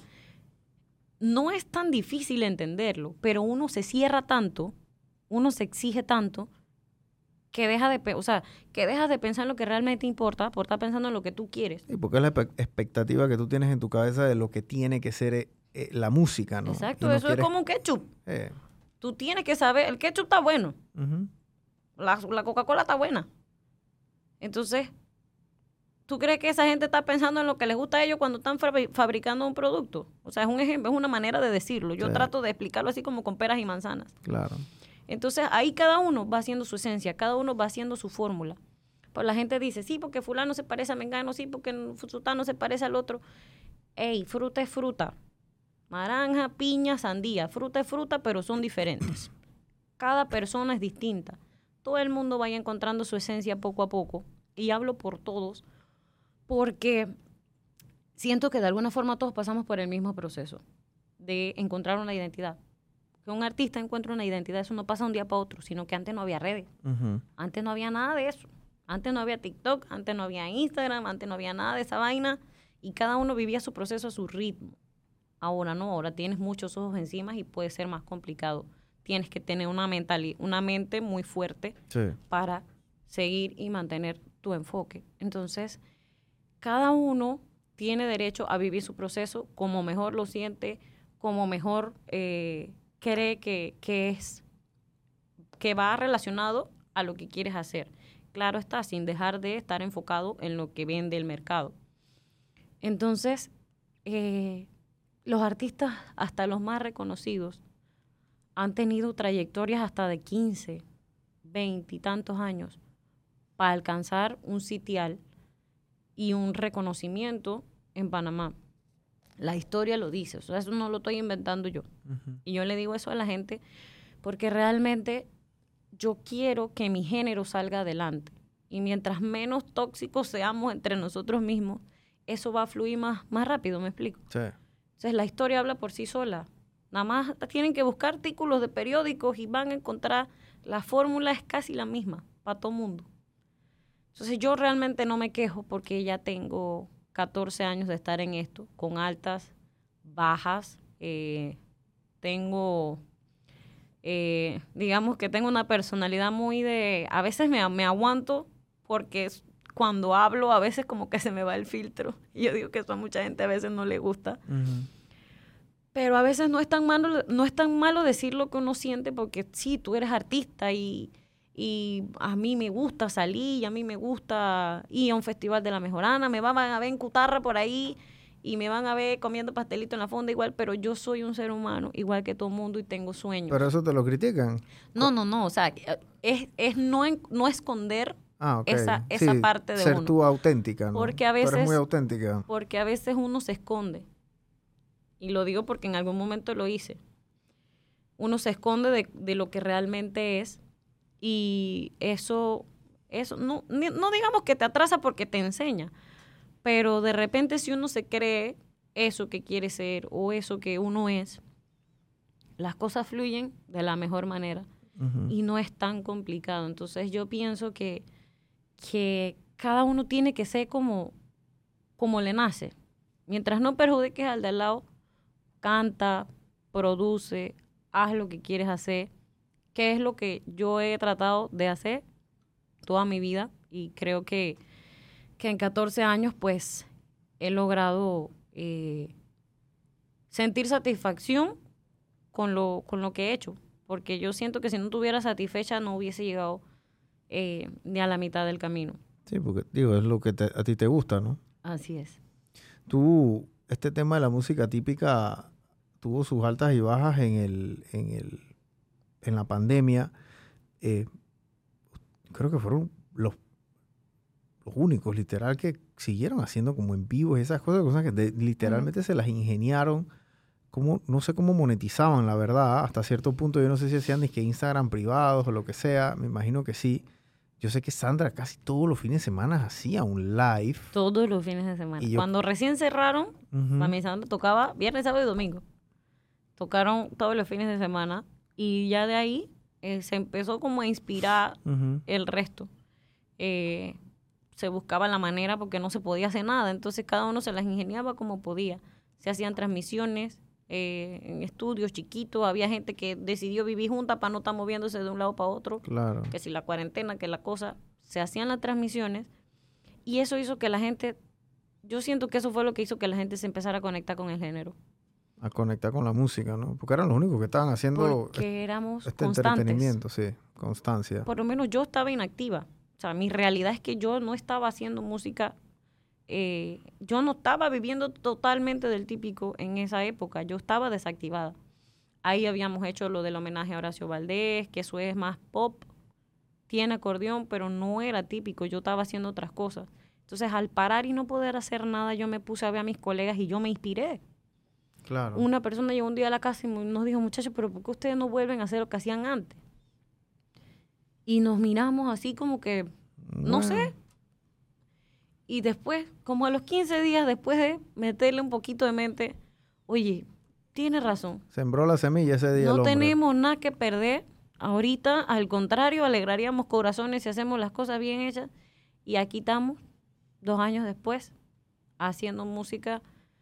no es tan difícil entenderlo, pero uno se cierra tanto, uno se exige tanto que dejas de pensar en lo que realmente importa por estar pensando en lo que tú quieres. Sí, porque es la expectativa que tú tienes en tu cabeza de lo que tiene que ser la música, ¿no? Exacto, eso es como un ketchup. Tú tienes que saber, el ketchup está bueno, la Coca-Cola está buena. Entonces, ¿tú crees que esa gente está pensando en lo que les gusta a ellos cuando están fabricando un producto? O sea, es un ejemplo, es una manera de decirlo. Yo trato de explicarlo así como con peras y manzanas. Claro. Entonces, ahí cada uno va haciendo su esencia, cada uno va haciendo su fórmula. Pues la gente dice, sí, porque fulano se parece a mengano, sí, porque sultano se parece al otro. Ey, fruta es fruta. Naranja, piña, sandía. Fruta es fruta, pero son diferentes. Cada persona es distinta. Todo el mundo vaya encontrando su esencia poco a poco. Y hablo por todos, porque siento que de alguna forma todos pasamos por el mismo proceso de encontrar una identidad. Que un artista encuentre una identidad, eso no pasa de un día para otro, sino que antes no había redes. Antes no había nada de eso. Antes no había TikTok, antes no había Instagram, antes no había nada de esa vaina. y cada uno vivía su proceso a su ritmo. Ahora no, ahora tienes muchos ojos encima y puede ser más complicado. Tienes que tener una mente muy fuerte para seguir y mantener tu enfoque. Entonces, cada uno tiene derecho a vivir su proceso como mejor lo siente, como mejor cree que va relacionado a lo que quieres hacer. Claro está, sin dejar de estar enfocado en lo que vende el mercado. Entonces, los artistas, hasta los más reconocidos, han tenido trayectorias hasta de 15, 20 y tantos años para alcanzar un sitial y un reconocimiento en Panamá. La historia lo dice, o sea, eso no lo estoy inventando yo. Uh-huh. Y yo le digo eso a la gente porque realmente yo quiero que mi género salga adelante. Y mientras menos tóxicos seamos entre nosotros mismos, eso va a fluir más rápido, ¿me explico? Sí. Entonces la historia habla por sí sola. Nada más tienen que buscar artículos de periódicos y van a encontrar, la fórmula es casi la misma para todo mundo. Entonces yo realmente no me quejo porque ya tengo 14 años de estar en esto, con altas, bajas. Digamos que tengo una personalidad muy de, a veces me aguanto porque cuando hablo a veces como que se me va el filtro. Y yo digo que eso a mucha gente a veces no le gusta. Uh-huh. Pero a veces no es tan malo decir lo que uno siente porque sí, tú eres artista y a mí me gusta salir, y a mí me gusta ir a un festival de la Mejorana, me van a ver en Cutarra por ahí y me van a ver comiendo pastelito en la fonda igual, pero yo soy un ser humano igual que todo mundo y tengo sueños. ¿Pero eso te lo critican? No, o sea, es no esconder esa parte de ser uno. Ser tú auténtica, ¿no? Porque a veces, tú eres muy auténtica. Porque a veces uno se esconde. Y lo digo porque en algún momento lo hice. Uno se esconde de lo que realmente es y eso no digamos que te atrasa porque te enseña, pero de repente si uno se cree eso que quiere ser o eso que uno es, las cosas fluyen de la mejor manera. Uh-huh. Y no es tan complicado. Entonces yo pienso que cada uno tiene que ser como le nace. Mientras no perjudiques al de al lado, canta, produce, haz lo que quieres hacer, que es lo que yo he tratado de hacer toda mi vida y creo que en 14 años pues he logrado sentir satisfacción con lo que he hecho, porque yo siento que si no estuviera satisfecha no hubiese llegado ni a la mitad del camino. Sí, porque digo, es lo que a ti te gusta, ¿no? Así es. Este tema de la música típica tuvo sus altas y bajas en la pandemia. Creo que fueron los únicos, literal, que siguieron haciendo como en vivo esas cosas que literalmente se las ingeniaron. No sé cómo monetizaban, la verdad, hasta cierto punto. Yo no sé si hacían ni que Instagram privados o lo que sea. Me imagino que sí. Yo sé que Sandra casi todos los fines de semana hacía un live. Todos los fines de semana. Cuando recién cerraron, para mí Sandra tocaba viernes, sábado y domingo. Tocaron todos los fines de semana y ya de ahí se empezó como a inspirar el resto. Se buscaba la manera porque no se podía hacer nada. Entonces cada uno se las ingeniaba como podía. Se hacían transmisiones en estudios chiquitos. Había gente que decidió vivir juntas para no estar moviéndose de un lado para otro. Claro. Que si la cuarentena, que la cosa. Se hacían las transmisiones y eso hizo que la gente, yo siento que eso fue lo que hizo que la gente se empezara a conectar con el género. A conectar con la música, ¿no? Porque eran los únicos que estaban haciendo porque éramos constantes. Entretenimiento, sí, constancia. Por lo menos yo estaba inactiva. O sea, mi realidad es que yo no estaba haciendo música, yo no estaba viviendo totalmente del típico en esa época, yo estaba desactivada. Ahí habíamos hecho lo del homenaje a Horacio Valdés, que eso es más pop, tiene acordeón, pero no era típico, yo estaba haciendo otras cosas. Entonces, al parar y no poder hacer nada, yo me puse a ver a mis colegas y yo me inspiré. Claro. Una persona llegó un día a la casa y nos dijo, muchachos, pero ¿por qué ustedes no vuelven a hacer lo que hacían antes? Y nos miramos así como que, no sé. Y después, como a los 15 días, después de meterle un poquito de mente, oye, tiene razón. Sembró la semilla ese día. No tenemos nada que perder. Ahorita, al contrario, alegraríamos corazones si hacemos las cosas bien hechas. Y aquí estamos, 2 años después, haciendo música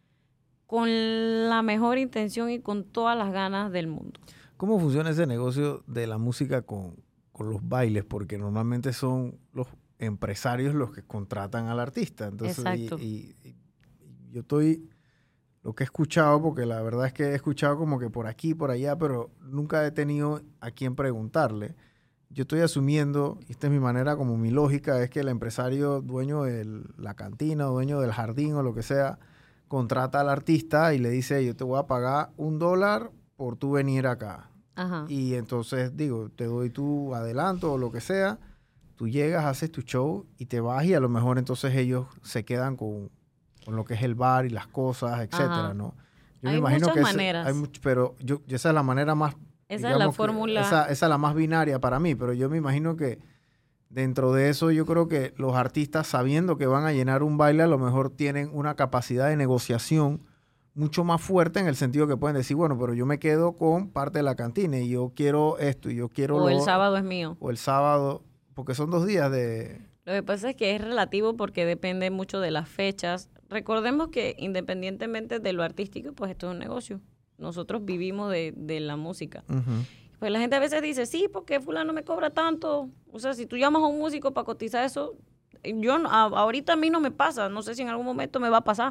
con la mejor intención y con todas las ganas del mundo. ¿Cómo funciona ese negocio de la música con los bailes? Porque normalmente son los empresarios los que contratan al artista. Entonces, exacto. Y yo estoy, lo que he escuchado, porque la verdad es que he escuchado como que por aquí, por allá, pero nunca he tenido a quién preguntarle. Yo estoy asumiendo, y esta es mi manera, como mi lógica, es que el empresario, dueño de la cantina, dueño del jardín o lo que sea, contrata al artista y le dice, yo te voy a pagar $1 por tú venir acá. Ajá. Y entonces, digo, te doy tu adelanto o lo que sea, tú llegas, haces tu show y te vas y a lo mejor entonces ellos se quedan con lo que es el bar y las cosas, etcétera, Ajá. ¿no? Yo Hay me imagino muchas que maneras. pero esa es la manera más, Esa es la fórmula. esa es la más binaria para mí, pero yo me imagino que dentro de eso yo creo que los artistas, sabiendo que van a llenar un baile, a lo mejor tienen una capacidad de negociación mucho más fuerte, en el sentido que pueden decir, bueno, pero yo me quedo con parte de la cantina y yo quiero esto y yo quiero O el sábado es mío. O el sábado, porque son 2 días de... Lo que pasa es que es relativo porque depende mucho de las fechas. Recordemos que independientemente de lo artístico, pues esto es un negocio. Nosotros vivimos de la música. Uh-huh. Pues la gente a veces dice, sí, porque fulano me cobra tanto. O sea, si tú llamas a un músico para cotizar eso, ahorita a mí no me pasa. No sé si en algún momento me va a pasar.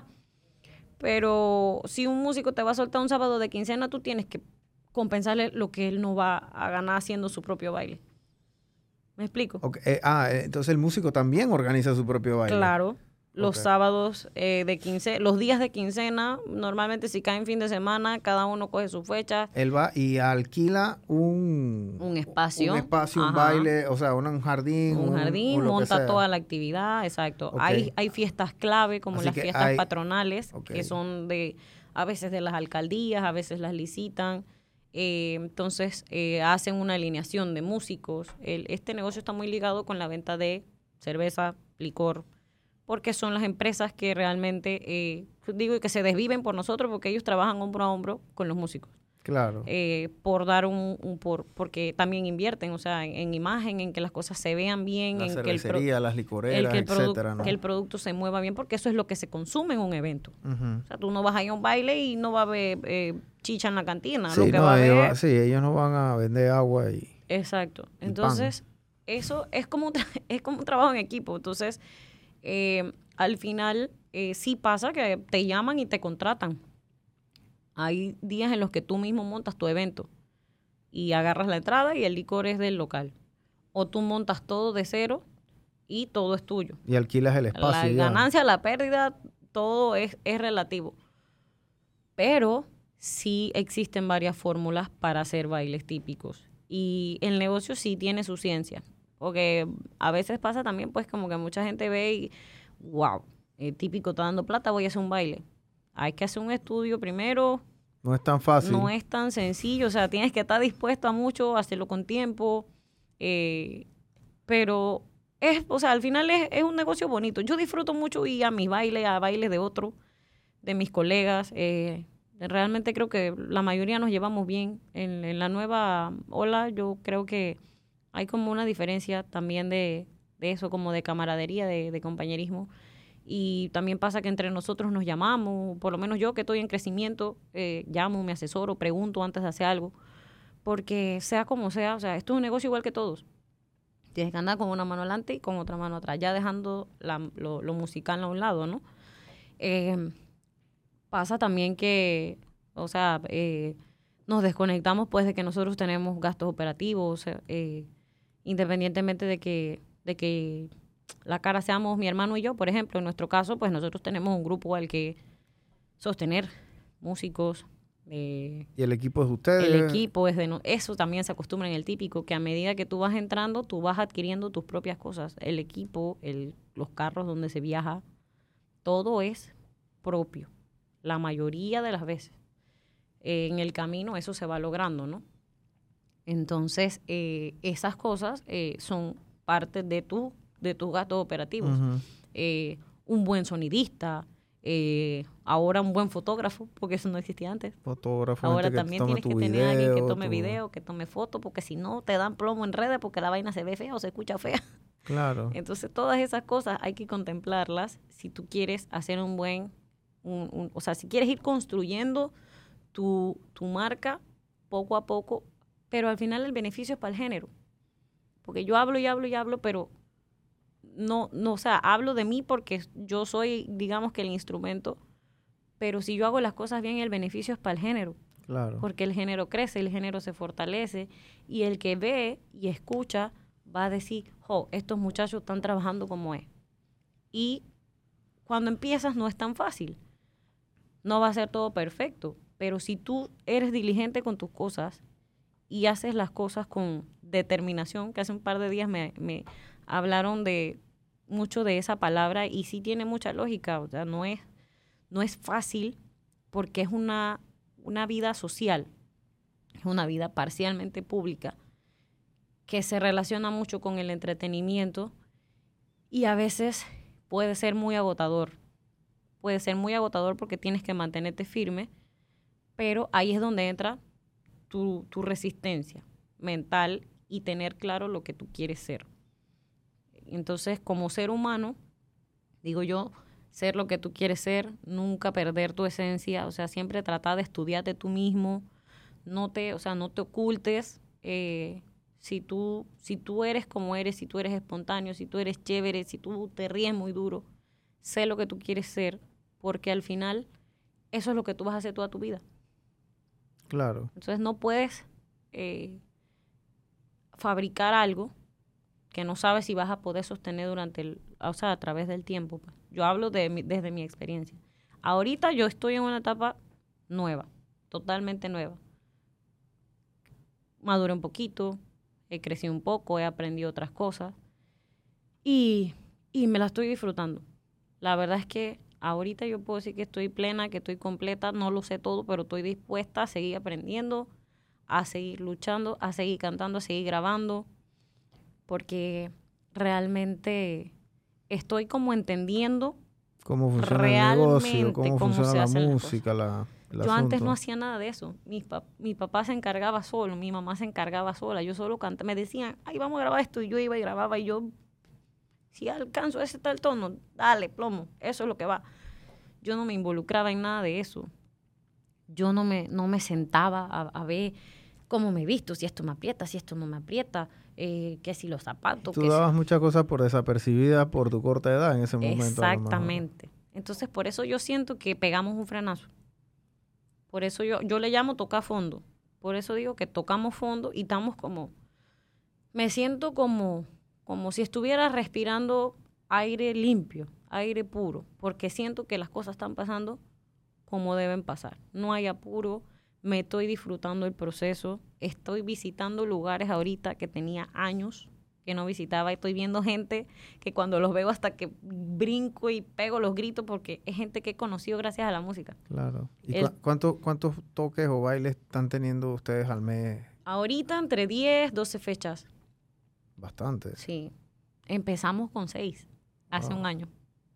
Pero si un músico te va a soltar un sábado de quincena, tú tienes que compensarle lo que él no va a ganar haciendo su propio baile. ¿Me explico? Okay. Entonces el músico también organiza su propio baile. Claro. Los sábados de quincena, los días de quincena, normalmente si caen fin de semana, cada uno coge su fecha. Él va y alquila un espacio. Un baile, o sea, un jardín. Un jardín, monta toda la actividad, exacto. Okay. Hay fiestas clave, como así las fiestas patronales, okay, que son a veces de las alcaldías, a veces las licitan. Entonces, hacen una alineación de músicos. Este negocio está muy ligado con la venta de cerveza, licor, porque son las empresas que realmente, digo, que se desviven por nosotros, porque ellos trabajan hombro a hombro con los músicos. Claro. Por dar porque también invierten, o sea, en imagen, en que las cosas se vean bien, la en cervecería, las licoreras, etcétera, ¿no? Que el producto se mueva bien, porque eso es lo que se consume en un evento. Uh-huh. O sea, tú no vas a ir a un baile y no va a haber chicha en la cantina. Sí, lo que va a haber... sí, ellos no van a vender agua y... Exacto. Entonces, eso es como un trabajo en equipo. Entonces, al final, sí pasa que te llaman y te contratan. Hay días en los que tú mismo montas tu evento y agarras la entrada y el licor es del local. O tú montas todo de cero y todo es tuyo. Y alquilas el espacio. La ganancia, la pérdida, todo es relativo. Pero sí existen varias fórmulas para hacer bailes típicos. Y el negocio sí tiene su ciencia. Porque a veces pasa también, pues, como que mucha gente ve y, wow, el típico está dando plata, voy a hacer un baile. Hay que hacer un estudio primero. No es tan fácil. No es tan sencillo. O sea, tienes que estar dispuesto a mucho, hacerlo con tiempo. Pero o sea, al final es un negocio bonito. Yo disfruto mucho ir a mis bailes, a bailes de otros, de mis colegas. Realmente creo que la mayoría nos llevamos bien. En la nueva ola yo creo que hay como una diferencia también de eso, como de camaradería, de compañerismo. Y también pasa que entre nosotros nos llamamos, por lo menos yo que estoy en crecimiento, llamo, me asesoro, pregunto antes de hacer algo, porque sea como sea, o sea, esto es un negocio igual que todos. Tienes que andar con una mano adelante y con otra mano atrás, ya dejando lo musical a un lado, ¿no? Pasa también que, o sea, nos desconectamos pues de que nosotros tenemos gastos operativos, independientemente de que la cara seamos mi hermano y yo, por ejemplo. En nuestro caso, pues nosotros tenemos un grupo al que sostener, músicos. ¿Y el equipo es de ustedes? El equipo es de eso también se acostumbra en el típico, que a medida que tú vas entrando, tú vas adquiriendo tus propias cosas. El equipo, los carros donde se viaja, todo es propio, la mayoría de las veces. En el camino eso se va logrando, ¿no? Entonces, esas cosas son parte de tus gastos operativos. Uh-huh. Un buen sonidista, ahora un buen fotógrafo, porque eso no existía antes. Fotógrafo. Ahora también tienes que tener a alguien que tome video, que tome fotos, porque si no te dan plomo en redes porque la vaina se ve fea o se escucha fea. Claro. Entonces, todas esas cosas hay que contemplarlas si tú quieres hacer o sea, si quieres ir construyendo tu marca poco a poco, pero al final el beneficio es para el género. Porque yo hablo y hablo y hablo, pero no, o sea, hablo de mí porque yo soy, digamos que el instrumento, pero si yo hago las cosas bien, el beneficio es para el género. Claro. Porque el género crece, el género se fortalece y el que ve y escucha va a decir, estos muchachos están trabajando como es. Y cuando empiezas no es tan fácil. No va a ser todo perfecto, pero si tú eres diligente con tus cosas y haces las cosas con determinación, que hace un par de días me hablaron mucho de esa palabra y sí tiene mucha lógica, o sea, no es fácil porque es una vida social, es una vida parcialmente pública que se relaciona mucho con el entretenimiento y a veces puede ser muy agotador. Puede ser muy agotador porque tienes que mantenerte firme, pero ahí es donde entra tu resistencia mental y tener claro lo que tú quieres ser. Entonces, como ser humano, digo yo, ser lo que tú quieres ser, nunca perder tu esencia, o sea, siempre tratar de estudiarte tú mismo, no te ocultes. Si tú eres como eres, si tú eres espontáneo, si tú eres chévere, si tú te ríes muy duro, sé lo que tú quieres ser, porque al final eso es lo que tú vas a hacer toda tu vida. Claro. Entonces no puedes fabricar algo que no sabes si vas a poder sostener a través del tiempo. Pues. Yo hablo desde mi experiencia. Ahorita yo estoy en una etapa nueva, totalmente nueva. Maduré un poquito, he crecido un poco, he aprendido otras cosas y me la estoy disfrutando. La verdad es que ahorita yo puedo decir que estoy plena, que estoy completa, no lo sé todo, pero estoy dispuesta a seguir aprendiendo, a seguir luchando, a seguir cantando, a seguir grabando, porque realmente estoy como entendiendo cómo funciona el realmente negocio, cómo cómo funciona se la hacen las música, cosas. el Yo antes no asunto. hacía nada de eso. Mi papá se encargaba solo, mi mamá se encargaba sola. Yo solo cantaba. Me decían, ay, vamos a grabar esto. Y yo iba y grababa. Y yo, si alcanzo ese tal tono, dale, plomo. Eso es lo que va. Yo no me involucraba en nada de eso. Yo no me sentaba a ver cómo me visto, si esto me aprieta, si esto no me aprieta, que si los zapatos. Tú dabas muchas cosas por desapercibidas por tu corta edad en ese momento. Exactamente. Entonces, por eso yo siento que pegamos un frenazo. Por eso yo le llamo tocar fondo. Por eso digo que tocamos fondo y estamos me siento como si estuviera respirando aire limpio, aire puro, porque siento que las cosas están pasando como deben pasar. No hay apuro, me estoy disfrutando el proceso, estoy visitando lugares ahorita que tenía años que no visitaba, estoy viendo gente que cuando los veo hasta que brinco y pego los gritos porque es gente que he conocido gracias a la música. Claro. ¿Y cuántos toques o bailes están teniendo ustedes al mes? Ahorita entre 10, 12 fechas. Bastante. Sí. Empezamos con 6 hace un año.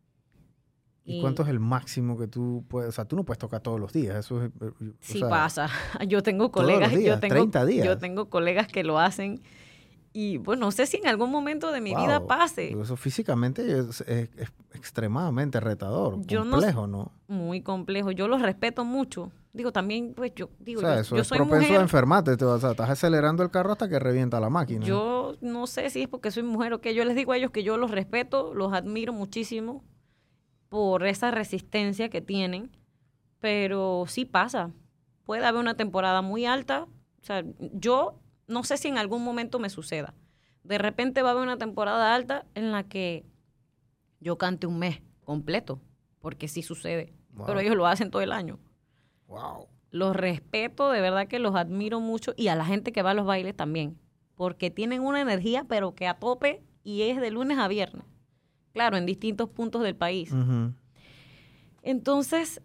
¿Y cuánto es el máximo que tú puedes? O sea, tú no puedes tocar todos los días. Eso es. Sí pasa. Yo tengo colegas. Todos los días, 30 días. Yo tengo colegas que lo hacen. Y bueno, no sé si en algún momento de mi vida pase. Eso físicamente es extremadamente retador. Complejo, ¿no? Muy complejo. Yo los respeto mucho. Digo, también, pues yo digo, o sea, eso yo es soy propenso mujer. a enfermarte. O sea, estás acelerando el carro hasta que revienta la máquina. Yo no sé si es porque soy mujer o qué. Yo les digo a ellos que yo los respeto, los admiro muchísimo por esa resistencia que tienen. Pero sí pasa. Puede haber una temporada muy alta. O sea, yo no sé si en algún momento me suceda. De repente va a haber una temporada alta en la que yo cante un mes completo, porque sí sucede. Wow. Pero ellos lo hacen todo el año. Wow. Los respeto, de verdad que los admiro mucho y a la gente que va a los bailes también, porque tienen una energía pero que a tope y es de lunes a viernes. Claro, en distintos puntos del país. Uh-huh. Entonces,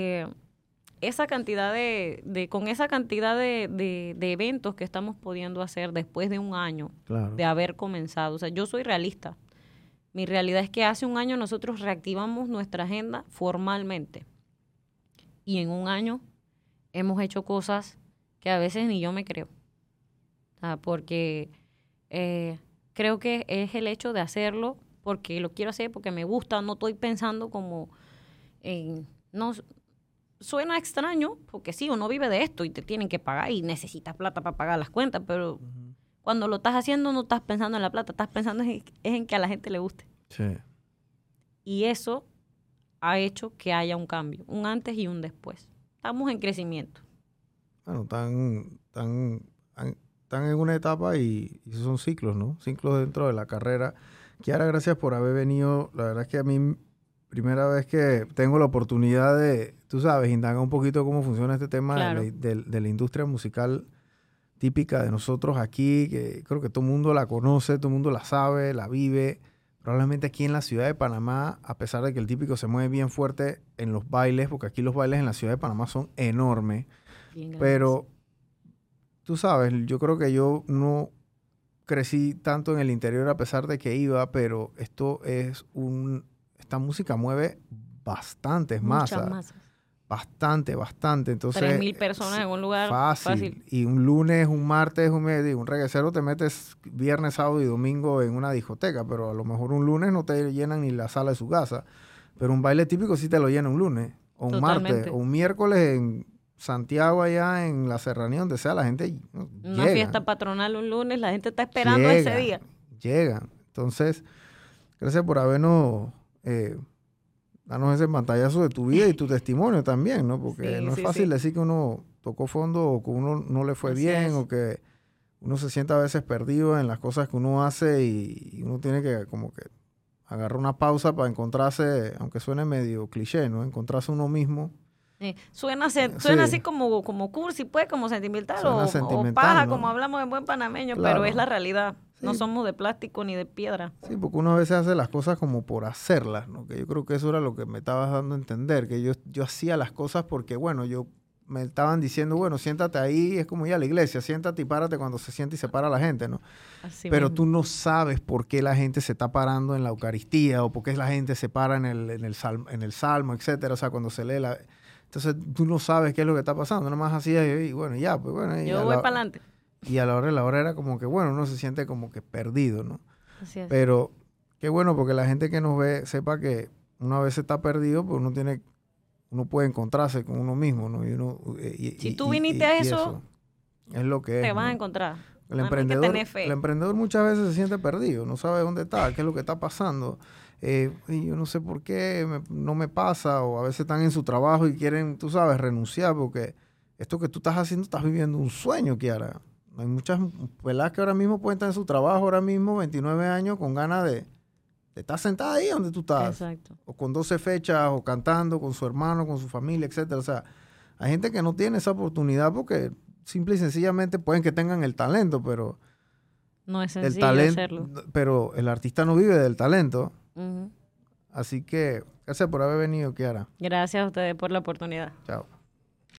esa cantidad con esa cantidad de eventos que estamos pudiendo hacer después de un año de haber comenzado. O sea, yo soy realista. Mi realidad es que hace un año nosotros reactivamos nuestra agenda formalmente. Y en un año hemos hecho cosas que a veces ni yo me creo. O sea, porque creo que es el hecho de hacerlo porque lo quiero hacer, porque me gusta, no estoy pensando como en... No, suena extraño, porque sí, uno vive de esto y te tienen que pagar y necesitas plata para pagar las cuentas, pero cuando lo estás haciendo no estás pensando en la plata, estás pensando en que a la gente le guste. Sí. Y eso ha hecho que haya un cambio, un antes y un después. Estamos en crecimiento. Bueno, están en una etapa y esos son ciclos, ¿no? Ciclos dentro de la carrera. Kiara, gracias por haber venido. La verdad es que a mí, primera vez que tengo la oportunidad de, tú sabes, indagar un poquito cómo funciona este tema Claro. de la industria musical típica de nosotros aquí, que creo que todo el mundo la conoce, todo el mundo la sabe, la vive. Probablemente aquí en la ciudad de Panamá, a pesar de que el típico se mueve bien fuerte en los bailes, porque aquí los bailes en la ciudad de Panamá son enormes, Bien, gracias. pero tú sabes, yo creo que yo no crecí tanto en el interior a pesar de que iba, pero esta música mueve bastantes Muchas masas. masas. Bastante. Entonces, 3.000 personas en un lugar fácil. Y un lunes, un martes, un reguecero te metes viernes, sábado y domingo en una discoteca, pero a lo mejor un lunes no te llenan ni la sala de su casa. Pero un baile típico sí te lo llena un lunes, o un Totalmente. martes, o un miércoles en Santiago, allá en la Serranía, donde sea, la gente Una fiesta patronal un lunes, la gente está esperando ese día. Llegan. Entonces, gracias por habernos... danos ese pantallazo de tu vida y tu testimonio también, ¿no? Porque Sí, no es sí, fácil sí. decir que uno tocó fondo o que uno no le fue Así bien es. o que uno se sienta a veces perdido en las cosas que uno hace y uno tiene que como que agarrar una pausa para encontrarse, aunque suene medio cliché, ¿no? Encontrarse uno mismo. Suena Sí. así como cursi, pues, como sentimental Suena o sentimental, paja, ¿no? como hablamos en buen panameño, Claro. pero es la realidad. No Sí. somos de plástico ni de piedra. Sí, porque uno a veces hace las cosas como por hacerlas, ¿no? Que yo creo que eso era lo que me estabas dando a entender, que yo hacía las cosas porque, bueno, me estaban diciendo, bueno, siéntate ahí, es como ir a la iglesia, siéntate y párate cuando se sienta y se para la gente, ¿no? Así Pero mismo. tú no sabes por qué la gente se está parando en la Eucaristía o por qué la gente se para en el salmo, etcétera, o sea, cuando se lee la... Entonces tú no sabes qué es lo que está pasando, nomás así y bueno, ya, pues bueno. Yo voy para adelante. Y a la hora era como que, bueno, uno se siente como que perdido, ¿no? Así es. Pero qué bueno, porque la gente que nos ve sepa que una vez está perdido, pues uno puede encontrarse con uno mismo, ¿no? Si tú viniste a eso, es lo que es. te vas a ¿no? encontrar. El Nada más hay que emprendedor, tener fe. el emprendedor muchas veces se siente perdido, no sabe dónde está, qué es lo que está pasando. Y yo no sé por qué no me pasa, o a veces están en su trabajo y quieren, tú sabes, renunciar, porque esto que tú estás haciendo, estás viviendo un sueño, Kiara. Hay muchas peladas que ahora mismo pueden estar en su trabajo, ahora mismo, 29 años, con ganas de estar sentada ahí donde tú estás. Exacto. O con 12 fechas, o cantando con su hermano, con su familia, etcétera. O sea, hay gente que no tiene esa oportunidad porque simple y sencillamente pueden que tengan el talento, pero No es el sencillo talento, hacerlo. pero el artista no vive del talento. Ujú. Así que, gracias por haber venido, Kiara. Gracias a ustedes por la oportunidad. Chao.